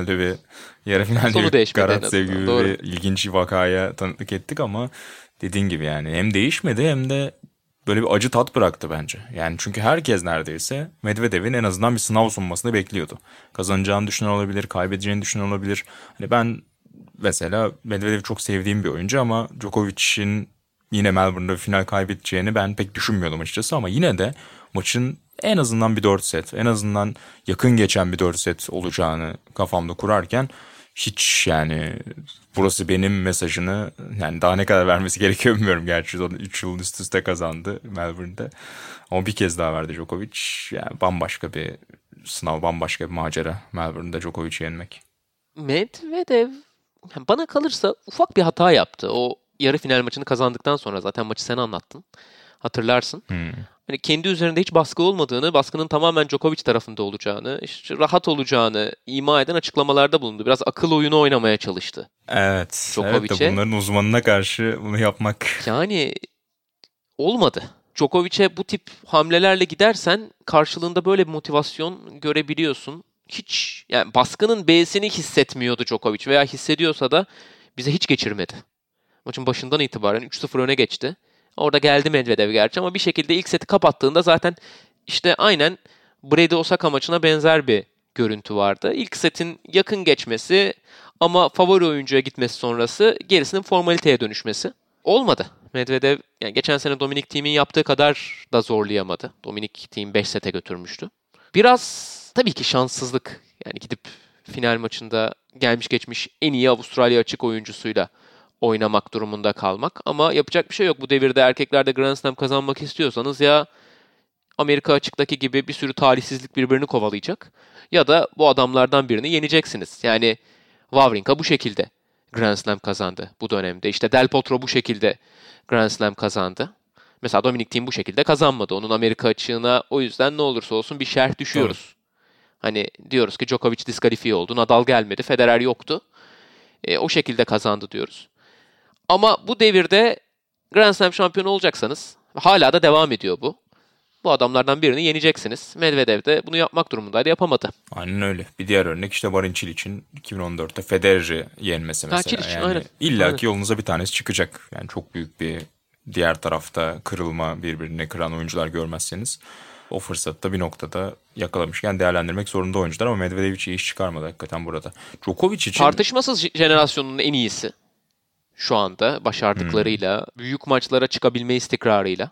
[SPEAKER 3] Yarı
[SPEAKER 2] Sonu
[SPEAKER 3] finalde bir
[SPEAKER 2] değişmedi en
[SPEAKER 3] Karatsev
[SPEAKER 2] azından.
[SPEAKER 3] gibi
[SPEAKER 2] Doğru.
[SPEAKER 3] bir ilginç bir vakaya tanıklık ettik ama dediğin gibi yani hem değişmedi hem de böyle bir acı tat bıraktı bence. Yani çünkü herkes neredeyse Medvedev'in en azından bir sınav sunmasını bekliyordu. Kazanacağını düşünen olabilir, kaybedeceğini düşünen olabilir. Hani ben mesela Medvedev'i çok sevdiğim bir oyuncu ama Djokovic'in yine Melbourne'da bir final kaybedeceğini ben pek düşünmüyordum açıkçası ama yine de maçın en azından bir 4 set, en azından yakın geçen bir 4 set olacağını kafamda kurarken hiç yani burası benim mesajını yani daha ne kadar vermesi gerekiyor bilmiyorum. Gerçi 3 yıl üst üste kazandı Melbourne'de. Ama bir kez daha verdi Djokovic. Yani bambaşka bir sınav, bambaşka bir macera Melbourne'de Djokovic'i yenmek.
[SPEAKER 2] Medvedev bana kalırsa ufak bir hata yaptı. O yarı final maçını kazandıktan sonra zaten maçı sen anlattın. Hatırlarsın. Hani kendi üzerinde hiç baskı olmadığını, baskının tamamen Djokovic tarafında olacağını, işte rahat olacağını ima eden açıklamalarda bulundu. Biraz akıl oyunu oynamaya çalıştı
[SPEAKER 3] Evet, evet de
[SPEAKER 2] Djokovic'e.
[SPEAKER 3] bunların uzmanına karşı bunu yapmak.
[SPEAKER 2] Yani olmadı. Djokovic'e bu tip hamlelerle gidersen karşılığında böyle bir motivasyon görebiliyorsun. Hiç yani baskının B'sini hissetmiyordu Djokovic veya hissediyorsa da bize hiç geçirmedi. Maçın başından itibaren 3-0 öne geçti. Orada geldi Medvedev gerçi ama bir şekilde ilk seti kapattığında zaten işte aynen Brady Osaka maçına benzer bir görüntü vardı. İlk setin yakın geçmesi ama favori oyuncuya gitmesi sonrası gerisinin formaliteye dönüşmesi. Olmadı. Medvedev yani geçen sene Dominic Thiem'in yaptığı kadar da zorlayamadı. Dominic Thiem 5 sete götürmüştü. Biraz tabii ki şanssızlık. Yani gidip final maçında gelmiş geçmiş en iyi Avustralya açık oyuncusuyla oynamak durumunda kalmak. Ama yapacak bir şey yok. Bu devirde erkeklerde Grand Slam kazanmak istiyorsanız ya Amerika açıktaki gibi bir sürü talihsizlik birbirini kovalayacak ya da bu adamlardan birini yeneceksiniz. Yani Wawrinka bu şekilde Grand Slam kazandı bu dönemde. İşte Del Potro bu şekilde Grand Slam kazandı. Mesela Dominic Thiem bu şekilde kazanmadı. Onun Amerika açığına o yüzden ne olursa olsun bir şerh düşüyoruz. Hani diyoruz ki Djokovic diskalifiye oldu. Nadal gelmedi. Federer yoktu. O şekilde kazandı diyoruz. Ama bu devirde Grand Slam şampiyonu olacaksanız hala da devam ediyor bu. Bu adamlardan birini yeneceksiniz. Medvedev de bunu yapmak durumundaydı. Yapamadı.
[SPEAKER 3] Aynen öyle. Bir diğer örnek işte Marin Cilic'in 2014'te Federer'i yenmesi mesela.
[SPEAKER 2] Cilic,
[SPEAKER 3] yani
[SPEAKER 2] aynen.
[SPEAKER 3] illaki
[SPEAKER 2] Aynen.
[SPEAKER 3] yolunuza bir tanesi çıkacak. Yani çok büyük bir diğer tarafta kırılma, birbirine kıran oyuncular görmezseniz o fırsatı da bir noktada yakalamışken değerlendirmek zorunda oyuncular ama Medvedev hiç iyi iş çıkarmadı hakikaten burada. Djokovic için
[SPEAKER 2] Tartışmasız jenerasyonun en iyisi. Şu anda başardıklarıyla, büyük maçlara çıkabilme istikrarıyla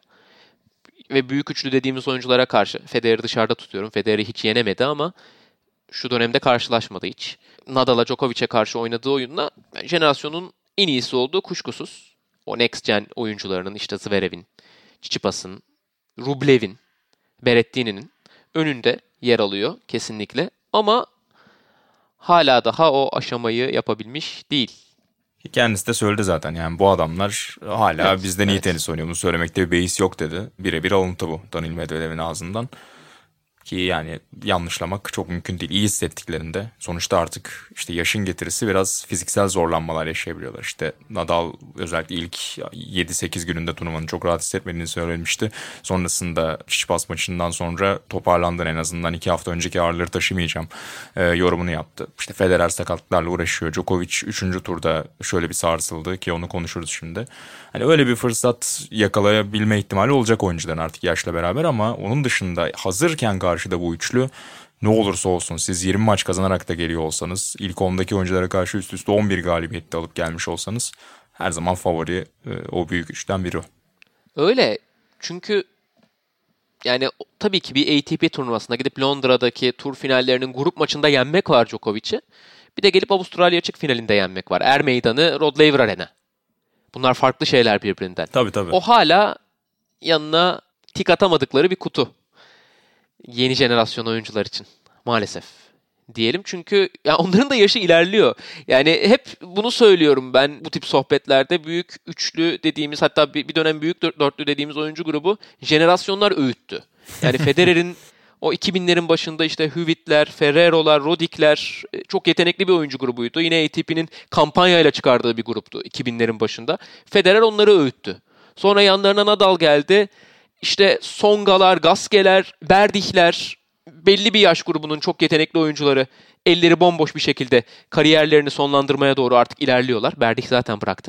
[SPEAKER 2] ve büyük üçlü dediğimiz oyunculara karşı Federer'i dışarıda tutuyorum. Federer'i hiç yenemedi ama şu dönemde karşılaşmadı hiç. Nadal'a, Djokovic'e karşı oynadığı oyunla jenerasyonun en iyisi olduğu kuşkusuz. o next gen oyuncularının işte Zverev'in, Tsitsipas'ın, Rublev'in, Berrettini'nin önünde yer alıyor kesinlikle. Ama hala daha o aşamayı yapabilmiş değil.
[SPEAKER 3] Kendisi de söyledi zaten, yani bu adamlar hala bizden iyi tenis oynuyor. Bunu söylemekte bir beis yok dedi. Birebir alıntı bu Daniil Medvedev'in ağzından. Ki yani yanlışlamak çok mümkün değil. İyi hissettiklerinde sonuçta artık işte yaşın getirisi biraz fiziksel zorlanmalar yaşayabiliyorlar. İşte Nadal özellikle ilk 7-8 gününde turnuvanın çok rahat hissetmediğini söylemişti. Sonrasında Tsitsipas maçından sonra toparlandın, en azından 2 hafta önceki ağırlığı taşımayacağım yorumunu yaptı. İşte Federer sakatlıklarla uğraşıyor. Djokovic 3. turda şöyle bir sarsıldı ki onu konuşuruz şimdi. Hani öyle bir fırsat yakalayabilme ihtimali olacak oyuncuların artık yaşla beraber, ama onun dışında hazırken karşıda bu üçlü ne olursa olsun, siz 20 maç kazanarak da geliyor olsanız, ilk 10'daki oyunculara karşı üst üste 11 galibiyette alıp gelmiş olsanız, her zaman favori o büyük üçten biri o.
[SPEAKER 2] Öyle, çünkü yani tabii ki bir ATP turnuvasına gidip Londra'daki tur finallerinin grup maçında yenmek var Djokovic'i. Bir de gelip Avustralya açık finalinde yenmek var. Er Meydanı, Rod Laver Arena. Bunlar farklı şeyler birbirinden.
[SPEAKER 3] Tabii.
[SPEAKER 2] O hala yanına tik atamadıkları bir kutu. Yeni jenerasyon oyuncular için maalesef diyelim, çünkü ya onların da yaşı ilerliyor. Yani hep bunu söylüyorum ben bu tip sohbetlerde, büyük üçlü dediğimiz, hatta bir dönem büyük dörtlü dediğimiz oyuncu grubu jenerasyonlar öğüttü. Yani Federer'in o 2000'lerin başında işte Hüvitler, Ferrero'lar, Rodik'ler çok yetenekli bir oyuncu grubuydu. Yine ATP'nin kampanyayla çıkardığı bir gruptu 2000'lerin başında. Federer onları öğüttü. Sonra yanlarına Nadal geldi. İşte Songa'lar, Gasquet'ler, Berdih'ler, belli bir yaş grubunun çok yetenekli oyuncuları elleri bomboş bir şekilde kariyerlerini sonlandırmaya doğru artık ilerliyorlar. Berdih zaten bıraktı.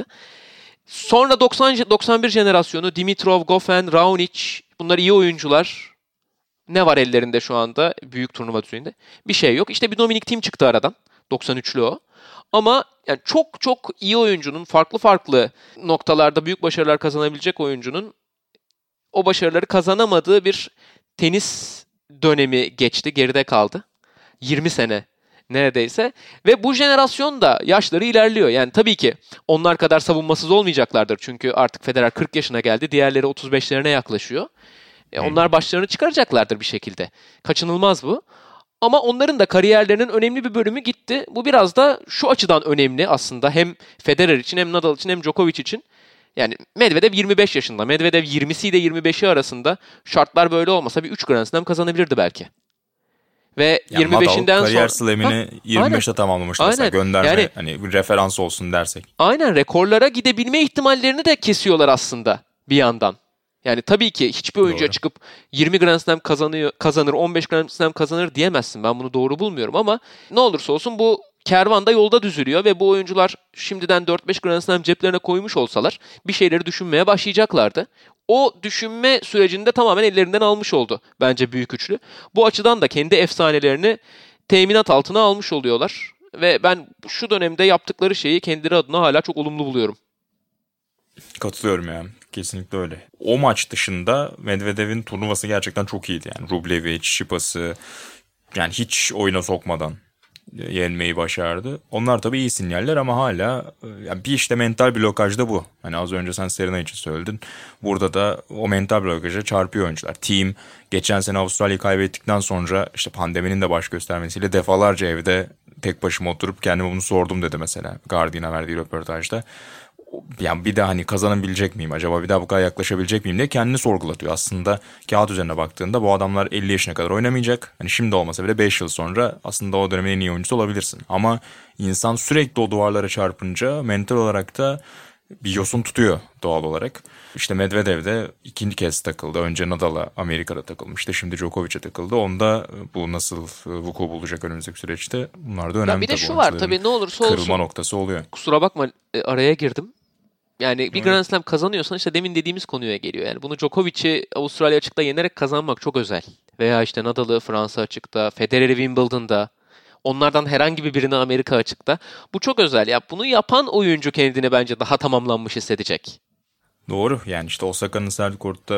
[SPEAKER 2] Sonra 91 jenerasyonu Dimitrov, Goffin, Raonic, bunlar iyi oyuncular. Ne var ellerinde şu anda büyük turnuva düzeyinde? Bir şey yok. İşte bir Dominic Thiem çıktı aradan. 93'lü o. Ama yani çok çok iyi oyuncunun, farklı noktalarda büyük başarılar kazanabilecek oyuncunun o başarıları kazanamadığı bir tenis dönemi geçti, geride kaldı. 20 sene neredeyse. Ve bu jenerasyon da yaşları ilerliyor. Yani tabii ki onlar kadar savunmasız olmayacaklardır. Çünkü artık Federer 40 yaşına geldi. Diğerleri 35'lerine yaklaşıyor. Onlar başlarını çıkaracaklardır bir şekilde. Kaçınılmaz bu. Ama onların da kariyerlerinin önemli bir bölümü gitti. Bu biraz da şu açıdan önemli aslında. Hem Federer için, hem Nadal için, hem Djokovic için. Yani Medvedev 25 yaşında. Medvedev 20'siyle 25'i arasında, şartlar böyle olmasa bir 3 Grand Slam kazanabilirdi belki. Ve
[SPEAKER 3] yani
[SPEAKER 2] 25'inden
[SPEAKER 3] Nadal kariyer
[SPEAKER 2] sonra
[SPEAKER 3] slam'ini 25'te tamamlamış mesela, gönderme
[SPEAKER 2] yani,
[SPEAKER 3] hani referans olsun dersek.
[SPEAKER 2] Aynen, rekorlara gidebilme ihtimallerini de kesiyorlar aslında bir yandan. Yani tabii ki hiçbir oyuncuya çıkıp 20 Grand Slam kazanır, 15 Grand Slam kazanır diyemezsin. Ben bunu doğru bulmuyorum, ama ne olursa olsun bu kervan da yolda düzülüyor ve bu oyuncular şimdiden 4-5 Grand Slam ceplerine koymuş olsalar bir şeyleri düşünmeye başlayacaklardı. O düşünme sürecini de tamamen ellerinden almış oldu bence büyük üçlü. Bu açıdan da kendi efsanelerini teminat altına almış oluyorlar. Ve ben şu dönemde yaptıkları şeyi kendileri adına hala çok olumlu buluyorum.
[SPEAKER 3] Katılıyorum yani. Kesinlikle öyle. O maç dışında Medvedev'in turnuvası gerçekten çok iyiydi. Yani Rublev'i, Tsitsipas'ı yani hiç oyuna sokmadan yenmeyi başardı. Onlar tabii iyi sinyaller, ama hala yani bir işte mental blokaj da bu. Hani az önce sen Serena için söyledin. Burada da o mental blokaja çarpıyor oyuncular. Team geçen sene Avustralya'yı kaybettikten sonra işte pandeminin de baş göstermesiyle defalarca evde tek başıma oturup kendime bunu sordum dedi mesela Guardian'a verdiği röportajda. Yani bir daha hani kazanabilecek miyim acaba, bir daha bu kadar yaklaşabilecek miyim diye kendini sorgulatıyor. Aslında kağıt üzerine baktığında bu adamlar 50 yaşına kadar oynamayacak. Hani şimdi olmasa bile 5 yıl sonra aslında o dönemin en iyi oyuncusu olabilirsin. Ama insan sürekli o duvarlara çarpınca mental olarak da bir yosun tutuyor doğal olarak. İşte Medvedev de ikinci kez takıldı. Önce Nadal'a Amerika'da takılmıştı. Şimdi Djokovic'e takıldı. Onda bu nasıl vuku bulacak önümüzdeki süreçte, bunlar da önemli.
[SPEAKER 2] Ya bir de şu var tabii, ne olursa olsun.
[SPEAKER 3] Kırılma noktası oluyor.
[SPEAKER 2] Kusura bakma, araya girdim. Yani bir Grand Slam kazanıyorsan işte demin dediğimiz konuya geliyor. Yani bunu Djokovic'i Avustralya açıkta yenerek kazanmak çok özel. Veya işte Nadal'ı Fransa açıkta, Federer'i Wimbledon'da, onlardan herhangi birini Amerika açıkta. Bu çok özel. Ya bunu yapan oyuncu kendini bence daha tamamlanmış hissedecek.
[SPEAKER 3] Doğru. Yani işte Osaka'nın sert kortta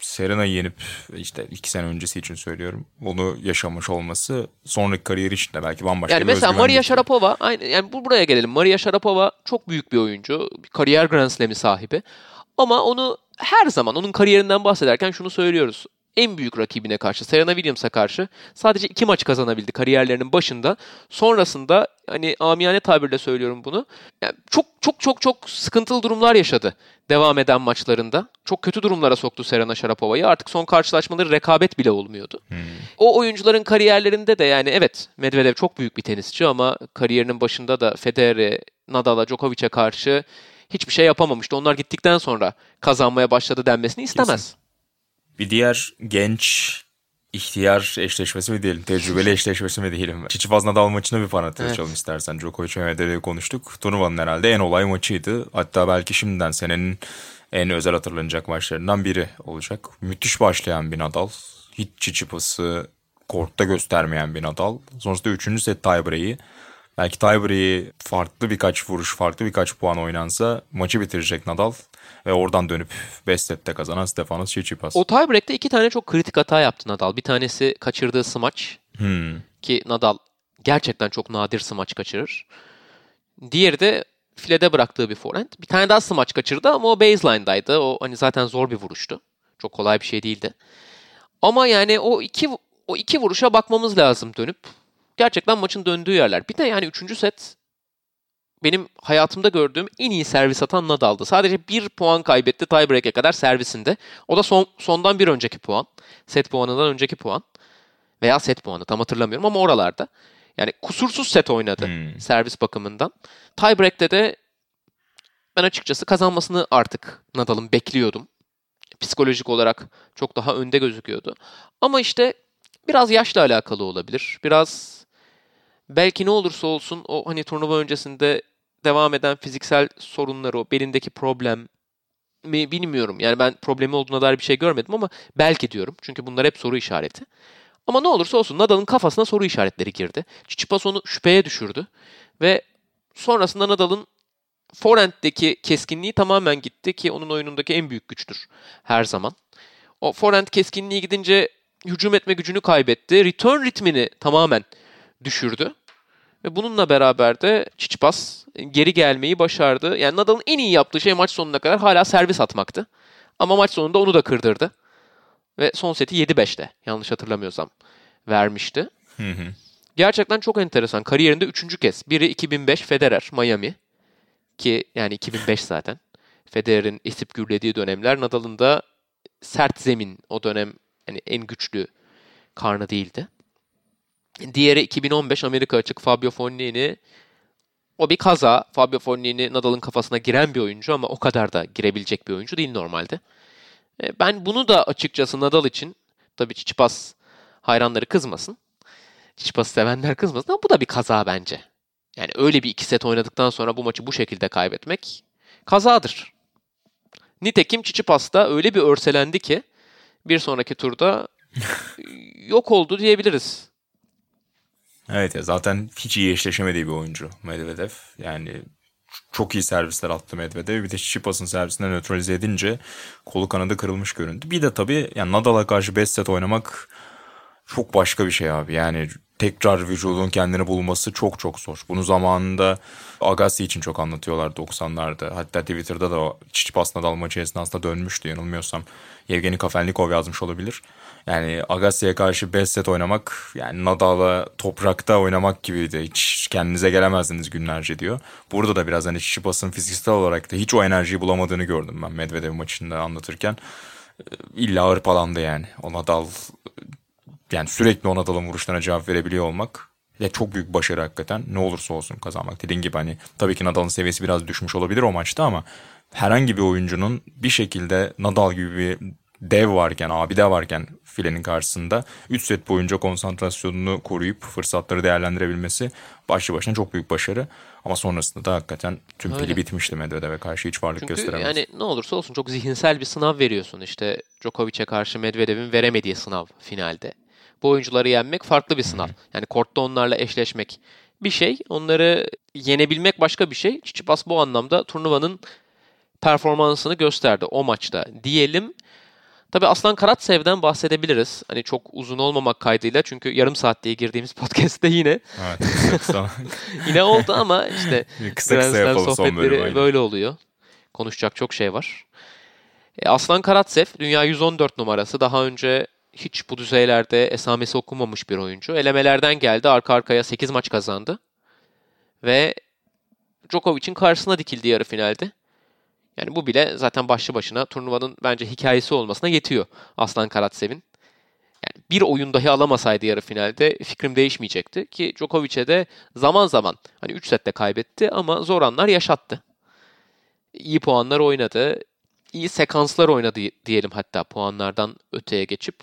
[SPEAKER 3] Serena'yı yenip işte 2 sene öncesi için söylüyorum. Onu yaşamış olması sonraki kariyeri için de belki bambaşka
[SPEAKER 2] Yani
[SPEAKER 3] bir
[SPEAKER 2] mesela
[SPEAKER 3] özgüven
[SPEAKER 2] Maria
[SPEAKER 3] getiriyor.
[SPEAKER 2] Sharapova, aynı yani buraya gelelim. Maria Sharapova çok büyük bir oyuncu. Bir kariyer Grand Slam'i sahibi. Ama onu her zaman onun kariyerinden bahsederken şunu söylüyoruz. En büyük rakibine karşı, Serena Williams'a karşı sadece 2 maç kazanabildi kariyerlerinin başında. Sonrasında hani amiyane tabirle söylüyorum bunu. Yani çok çok çok çok sıkıntılı durumlar yaşadı devam eden maçlarında. Çok kötü durumlara soktu Serena Sharapova'yı. Artık son karşılaşmaları rekabet bile olmuyordu. O oyuncuların kariyerlerinde de yani evet Medvedev çok büyük bir tenisçi ama kariyerinin başında da Federer'e, Nadal'a, Djokovic'e karşı hiçbir şey yapamamıştı. Onlar gittikten sonra kazanmaya başladı denmesini istemez.
[SPEAKER 3] Bir diğer genç ihtiyar eşleşmesi mi diyelim, tecrübeli eşleşmesi mi diyelim. Tsitsipas Nadal maçına bir parantez açalım istersen. Djokovic ve Medvedev'i konuştuk. Turnuvanın herhalde en olay maçıydı. Hatta belki şimdiden senenin en özel hatırlanacak maçlarından biri olacak. Müthiş başlayan bir Nadal. Hiç Tsitsipas'ı kortta göstermeyen bir Nadal. Sonrasında 3. set tiebreak'i. Belki tiebreak'i farklı birkaç vuruş, farklı birkaç puan oynansa maçı bitirecek Nadal. Ve oradan dönüp 5 sette kazanan Stefanos Tsitsipas.
[SPEAKER 2] O tiebreak'te 2 tane çok kritik hata yaptı Nadal. Bir tanesi kaçırdığı smaç ki Nadal gerçekten çok nadir smaç kaçırır. Diğeri de filede bıraktığı bir forehand. Bir tane daha smaç kaçırdı ama o baseline'daydı. O hani zaten zor bir vuruştu. Çok kolay bir şey değildi. Ama yani o iki vuruşa bakmamız lazım dönüp. Gerçekten maçın döndüğü yerler. Bir de yani 3. set benim hayatımda gördüğüm en iyi servis atan Nadal'dı. Sadece 1 puan kaybetti tiebreak'e kadar servisinde. O da sondan bir önceki puan. Set puanından önceki puan. Veya set puanı tam hatırlamıyorum ama oralarda. Yani kusursuz set oynadı servis bakımından. Tiebreak'te de ben açıkçası kazanmasını artık Nadal'ın bekliyordum. Psikolojik olarak çok daha önde gözüküyordu. Ama işte biraz yaşla alakalı olabilir. Biraz belki ne olursa olsun o hani turnuva öncesinde devam eden fiziksel sorunları, o belindeki problem mi bilmiyorum. Yani ben problemi olduğuna dair bir şey görmedim ama belki diyorum. Çünkü bunlar hep soru işareti. Ama ne olursa olsun Nadal'ın kafasına soru işaretleri girdi. Tsitsipas onu şüpheye düşürdü. Ve sonrasında Nadal'ın forehand'deki keskinliği tamamen gitti ki onun oyunundaki en büyük güçtür her zaman. O forehand keskinliği gidince hücum etme gücünü kaybetti. Return ritmini tamamen düşürdü. Ve bununla beraber de Tsitsipas geri gelmeyi başardı. Yani Nadal'ın en iyi yaptığı şey maç sonuna kadar hala servis atmaktı. Ama maç sonunda onu da kırdırdı. Ve son seti 7-5'te yanlış hatırlamıyorsam vermişti. Gerçekten çok enteresan. Kariyerinde 3. kez. Biri 2005 Federer Miami. Ki yani 2005 zaten. Federer'in esip gürlediği dönemler. Nadal'ın da sert zemin o dönem yani en güçlü karnı değildi. Diğeri 2015 Amerika açık Fabio Fognini. O bir kaza. Fabio Fognini Nadal'ın kafasına giren bir oyuncu ama o kadar da girebilecek bir oyuncu değil normalde. Ben bunu da açıkçası Nadal için, tabii Tsitsipas hayranları kızmasın. Tsitsipas'ı sevenler kızmasın ama bu da bir kaza bence. Yani öyle bir 2 set oynadıktan sonra bu maçı bu şekilde kaybetmek kazadır. Nitekim Tsitsipas da öyle bir örselendi ki bir sonraki turda yok oldu diyebiliriz.
[SPEAKER 3] Evet ya, zaten hiç iyi eşleşemediği bir oyuncu Medvedev. Yani çok iyi servisler attı Medvedev. Bir de Tsitsipas'ın servisinden nötralize edince kolu kanadı kırılmış göründü. Bir de tabii yani Nadal'a karşı 5 set oynamak çok başka bir şey abi. Yani tekrar vücudun kendini bulması çok çok zor. Bunu zamanında Agassi için çok anlatıyorlar 90'larda. Hatta Twitter'da da o Tsitsipas Nadal maçı esnasında dönmüştü yanılmıyorsam. Yevgeni Kafelnikov yazmış olabilir. Yani Agassi'ye karşı 5 set oynamak yani Nadal'la toprakta oynamak gibiydi. Hiç kendinize gelemezdiniz günlerce diyor. Burada da biraz hani Tsitsipas'ın fiziksel olarak da hiç o enerjiyi bulamadığını gördüm ben Medvedev maçında anlatırken. İlla hırpalandı yani. O Nadal yani sürekli o Nadal'ın vuruşlarına cevap verebiliyor olmak ya çok büyük başarı hakikaten. Ne olursa olsun kazanmak. Dediğin gibi hani tabii ki Nadal'ın seviyesi biraz düşmüş olabilir o maçta ama herhangi bir oyuncunun bir şekilde Nadal gibi bir dev varken, abide varken filenin karşısında 3 set boyunca konsantrasyonunu koruyup fırsatları değerlendirebilmesi başlı başına çok büyük başarı. Ama sonrasında da hakikaten tüm pili
[SPEAKER 2] Öyle.
[SPEAKER 3] bitmişti Medvedev'e karşı hiç varlık
[SPEAKER 2] Çünkü
[SPEAKER 3] gösteremez.
[SPEAKER 2] yani ne olursa olsun çok zihinsel bir sınav veriyorsun. İşte Djokovic'e karşı Medvedev'in veremediği sınav finalde. Bu oyuncuları yenmek farklı bir sınav. Yani kortta onlarla eşleşmek bir şey. Onları yenebilmek başka bir şey. Tsitsipas bu anlamda turnuvanın performansını gösterdi o maçta diyelim. Tabii Aslan Karatsev'den bahsedebiliriz. Hani çok uzun olmamak kaydıyla çünkü yarım saat diye girdiğimiz podcast'te yine
[SPEAKER 3] Evet, kısa
[SPEAKER 2] yine oldu ama işte
[SPEAKER 3] kısa
[SPEAKER 2] Grand Slam
[SPEAKER 3] yapalım son bölümü.
[SPEAKER 2] sohbetleri böyle oluyor. Konuşacak çok şey var. Aslan Karatsev dünya 114 numarası. Daha önce hiç bu düzeylerde esamesi okunmamış bir oyuncu. Elemelerden geldi. Arka arkaya 8 maç kazandı. Ve Djokovic'in karşısına dikildi yarı finalde. Yani bu bile zaten başlı başına turnuvanın bence hikayesi olmasına yetiyor Aslan Karatsev'in. Yani bir oyun dahi alamasaydı yarı finalde fikrim değişmeyecekti. Ki Djokovic'e de zaman zaman hani 3 sette kaybetti ama zor anlar yaşattı. İyi puanlar oynadı. İyi sekanslar oynadı diyelim hatta puanlardan öteye geçip.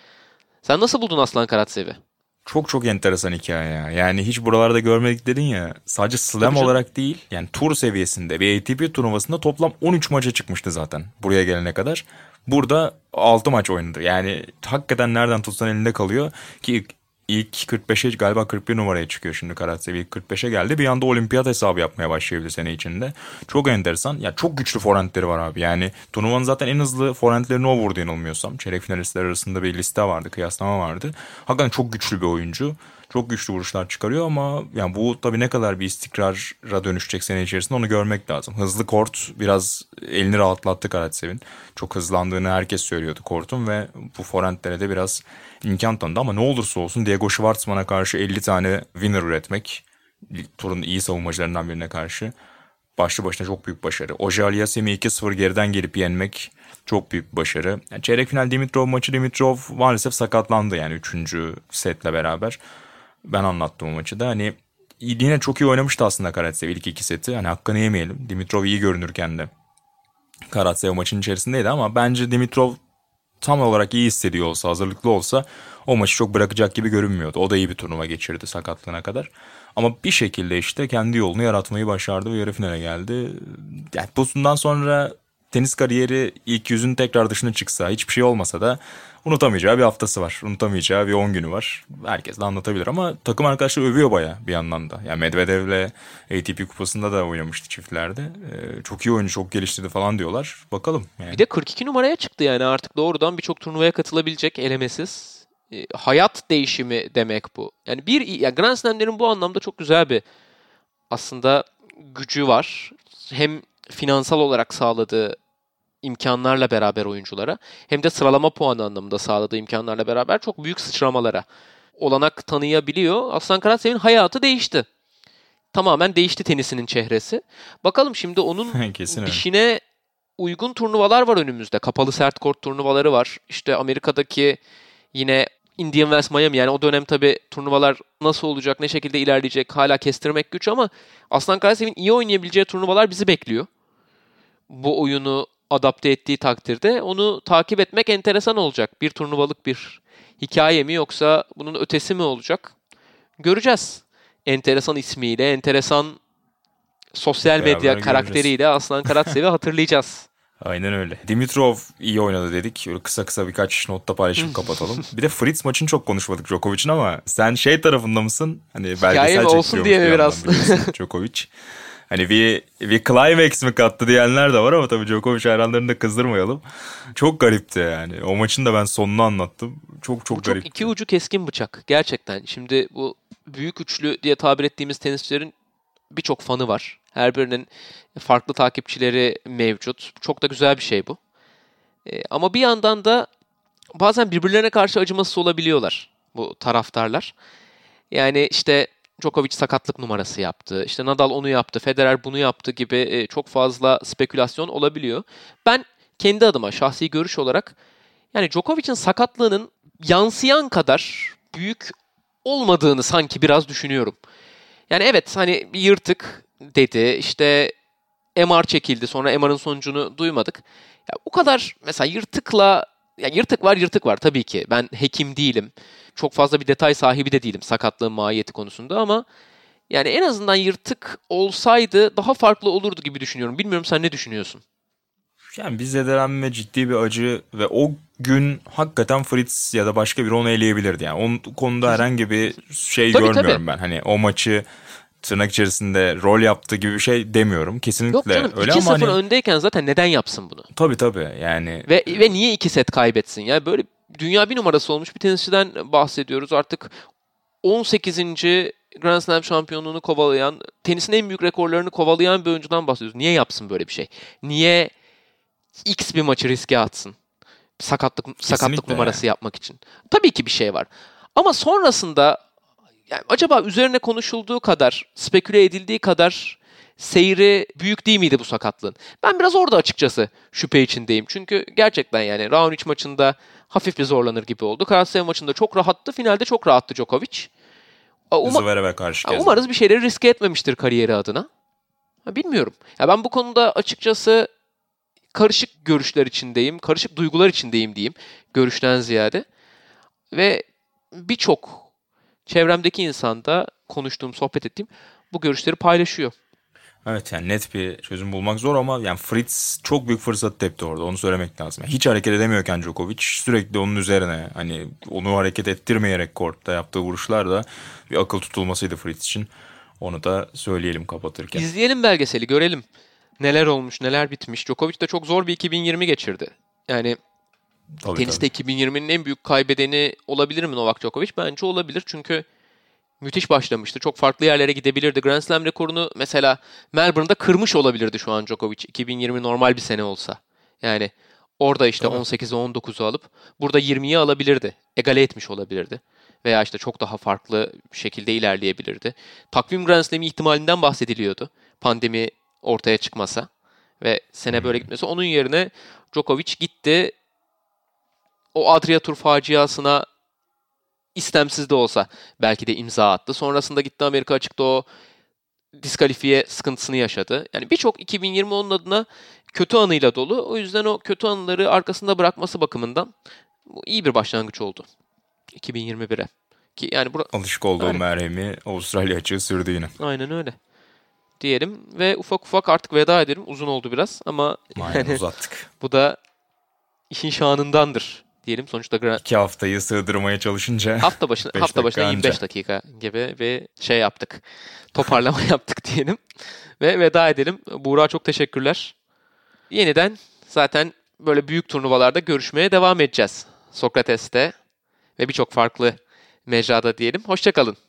[SPEAKER 2] Sen nasıl buldun Aslan Karatsev'i?
[SPEAKER 3] Çok çok enteresan hikaye ya. Yani hiç buralarda görmedik dedin ya. Sadece slam olarak değil, yani tur seviyesinde bir ATP turnuvasında toplam 13 maça çıkmıştı zaten buraya gelene kadar. Burada 6 maç oynadı. Yani hakikaten nereden tutsan elinde kalıyor ki ilk 45'e galiba 41 numaraya çıkıyor şimdi Karatsev. İlk 45'e geldi. Bir anda olimpiyat hesabı yapmaya başlayabilir sene içinde. Çok enteresan. Ya çok güçlü forehandleri var abi. Yani turnuvanın zaten en hızlı forehandlerini o vurdu yanılmıyorsam. Çeyrek finalistler arasında bir liste vardı, kıyaslama vardı. Hakikaten çok güçlü bir oyuncu. Çok güçlü vuruşlar çıkarıyor ama yani bu tabii ne kadar bir istikrara dönüşecek sene içerisinde onu görmek lazım. Hızlı kort biraz elini rahatlattı Karatsev'in. Çok hızlandığını herkes söylüyordu kortun ve bu forehandlere de biraz imkan tanıdı ama ne olursa olsun Diego Schwartzman'a karşı 50 tane winner üretmek, turun iyi savunmacılarından birine karşı başlı başına çok büyük başarı. Oje Aliasim'i 2-0 geriden gelip yenmek çok büyük bir başarı. Yani çeyrek final Dimitrov maçı, Dimitrov maalesef sakatlandı yani 3. setle beraber. Ben anlattım o maçı da. Hani yine çok iyi oynamıştı aslında Karatsev ilk 2 seti. Hani hakkını yemeyelim. Dimitrov iyi görünürken de Karatsev maçın içerisindeydi ama bence Dimitrov tam olarak iyi hissediyor olsa, hazırlıklı olsa o maçı çok bırakacak gibi görünmüyordu. O da iyi bir turnuva geçirdi sakatlığına kadar. Ama bir şekilde işte kendi yolunu yaratmayı başardı ve yarı finale geldi. Yani bundan sonra tenis kariyeri ilk yüzün tekrar dışına çıksa, hiçbir şey olmasa da unutamayacağı bir haftası var. Unutamayacağı bir 10 günü var. Herkes de anlatabilir ama takım arkadaşları övüyor baya bir yandan da. Yani Medvedev'le ATP kupasında da oynamıştı çiftlerde. Çok iyi oyuncu, çok geliştirdi falan diyorlar. Bakalım. Yani.
[SPEAKER 2] Bir de 42 numaraya çıktı yani artık doğrudan birçok turnuvaya katılabilecek elemesiz. Hayat değişimi demek bu. Yani yani Grand Slam'lerin bu anlamda çok güzel bir aslında gücü var. Hem finansal olarak sağladığı imkanlarla beraber oyunculara hem de sıralama puanı anlamında sağladığı imkanlarla beraber çok büyük sıçramalara olanak tanıyabiliyor. Aslan Karatsev'in hayatı değişti. Tamamen değişti tenisinin çehresi. Bakalım şimdi onun dişine uygun turnuvalar var önümüzde. Kapalı sert kort turnuvaları var. İşte Amerika'daki yine Indian Wells Miami, yani o dönem tabii turnuvalar nasıl olacak, ne şekilde ilerleyecek hala kestirmek güç ama Aslan Karatsev'in iyi oynayabileceği turnuvalar bizi bekliyor. Bu oyunu adapte ettiği takdirde onu takip etmek enteresan olacak. Bir turnuvalık bir hikaye mi yoksa bunun ötesi mi olacak? Göreceğiz. Enteresan ismiyle, enteresan sosyal medya karakteriyle Aslan Karatsev'i hatırlayacağız.
[SPEAKER 3] Aynen öyle. Dimitrov iyi oynadı dedik. Öyle kısa kısa birkaç notta paylaşıp kapatalım. Bir de Fritz maçını çok konuşmadık Djokovic'in ama sen şey tarafında mısın? Hani belgesel
[SPEAKER 2] olsun diye mi biraz?
[SPEAKER 3] Djokovic. Hani bir climax mi kattı diyenler de var ama tabii Djokovic hayranlarını da kızdırmayalım. Çok garipti yani. O maçın da ben sonunu anlattım. Çok garipti.
[SPEAKER 2] Çok iki ucu keskin bıçak. Gerçekten. Şimdi bu büyük üçlü diye tabir ettiğimiz tenisçilerin birçok fanı var. Her birinin farklı takipçileri mevcut. Çok da güzel bir şey bu. Ama bir yandan da bazen birbirlerine karşı acımasız olabiliyorlar bu taraftarlar. Yani işte Djokovic sakatlık numarası yaptı, İşte Nadal onu yaptı, Federer bunu yaptı gibi çok fazla spekülasyon olabiliyor. Ben kendi adıma şahsi görüş olarak yani Djokovic'in sakatlığının yansıyan kadar büyük olmadığını sanki biraz düşünüyorum. Yani evet hani bir yırtık dedi, işte MR çekildi, sonra MR'ın sonucunu duymadık. Ya o kadar mesela yırtık var tabii ki. Ben hekim değilim. Çok fazla bir detay sahibi de değilim sakatlığın mahiyeti konusunda ama yani en azından yırtık olsaydı daha farklı olurdu gibi düşünüyorum. Bilmiyorum, sen ne düşünüyorsun?
[SPEAKER 3] Yani bir zedelenme, ciddi bir acı ve o gün hakikaten Fritz ya da başka biri onu eleyebilirdi. Yani o konuda herhangi bir şey görmüyorum ben. Hani o maçı tırnak içerisinde rol yaptığı gibi bir şey demiyorum. Kesinlikle
[SPEAKER 2] Yok canım,
[SPEAKER 3] öyle
[SPEAKER 2] 2-0
[SPEAKER 3] ama hani
[SPEAKER 2] öndeyken zaten neden yapsın bunu?
[SPEAKER 3] tabii yani
[SPEAKER 2] Ve niye 2 set kaybetsin? Yani böyle dünya bir numarası olmuş bir tenisçiden bahsediyoruz. Artık 18. Grand Slam şampiyonluğunu kovalayan, tenisin en büyük rekorlarını kovalayan bir oyuncudan bahsediyoruz. Niye yapsın böyle bir şey? Niye X bir maçı riske atsın? Sakatlık
[SPEAKER 3] kesinlikle
[SPEAKER 2] numarası
[SPEAKER 3] yani.
[SPEAKER 2] yapmak için. Tabii ki bir şey var. Ama sonrasında yani acaba üzerine konuşulduğu kadar, speküle edildiği kadar seyri büyük değil miydi bu sakatlığın? Ben biraz orada açıkçası şüphe içindeyim. Çünkü gerçekten yani Raonic maçında hafif bir zorlanır gibi oldu. Karatsev maçında çok rahattı. Finalde çok rahattı Djokovic.
[SPEAKER 3] Zverev'e karşı keza.
[SPEAKER 2] Umarız bir şeyleri riske etmemiştir kariyeri adına. Bilmiyorum. Ya ben bu konuda açıkçası karışık görüşler içindeyim. Karışık duygular içindeyim diyeyim. Görüşten ziyade. Ve birçok çevremdeki insan da konuştuğum, sohbet ettiğim bu görüşleri paylaşıyor.
[SPEAKER 3] Evet yani net bir çözüm bulmak zor ama yani Fritz çok büyük fırsat tepti orada. Onu söylemek lazım. Yani hiç hareket edemiyorken Djokovic sürekli onun üzerine hani onu hareket ettirmeyerek kortta yaptığı vuruşlar da bir akıl tutulmasıydı Fritz için. Onu da söyleyelim kapatırken.
[SPEAKER 2] İzleyelim belgeseli, görelim. Neler olmuş, neler bitmiş. Djokovic de çok zor bir 2020 geçirdi. Yani
[SPEAKER 3] Tabii.
[SPEAKER 2] teniste 2020'nin en büyük kaybedeni olabilir mi Novak Djokovic? Bence olabilir çünkü müthiş başlamıştı. Çok farklı yerlere gidebilirdi. Grand Slam rekorunu mesela Melbourne'da kırmış olabilirdi şu an Djokovic. 2020 normal bir sene olsa. Yani orada işte
[SPEAKER 3] Tabii.
[SPEAKER 2] 18'i 19'u alıp burada 20'yi alabilirdi. Egale etmiş olabilirdi. Veya işte çok daha farklı bir şekilde ilerleyebilirdi. Takvim Grand Slam'i ihtimalinden bahsediliyordu. Pandemi ortaya çıkmasa ve sene böyle gitmesi. Onun yerine Djokovic gitti. O Adria Tur faciasına istemsiz de olsa belki de imza attı. Sonrasında gitti Amerika açıkta o diskalifiye sıkıntısını yaşadı. Yani birçok 2020 onun adına kötü anıyla dolu. O yüzden o kötü anıları arkasında bırakması bakımından bu iyi bir başlangıç oldu 2021'e. Ki yani
[SPEAKER 3] Alışık olduğu
[SPEAKER 2] aynen,
[SPEAKER 3] merhemi Avustralya açığı sürdü yine.
[SPEAKER 2] aynen öyle diyelim ve ufak ufak artık veda edelim. Uzun oldu biraz ama
[SPEAKER 3] Aynen
[SPEAKER 2] yani
[SPEAKER 3] uzattık.
[SPEAKER 2] bu da işin şanındandır diyelim. Sonuçta
[SPEAKER 3] 2 haftayı sığdırmaya çalışınca
[SPEAKER 2] hafta
[SPEAKER 3] 5
[SPEAKER 2] başına
[SPEAKER 3] dakika
[SPEAKER 2] 25
[SPEAKER 3] anca.
[SPEAKER 2] dakika gibi bir şey yaptık. Toparlama yaptık diyelim. Ve veda edelim. Buğra çok teşekkürler. Yeniden zaten böyle büyük turnuvalarda görüşmeye devam edeceğiz. Sokrates'te ve birçok farklı mecrada diyelim. Hoşça kalın.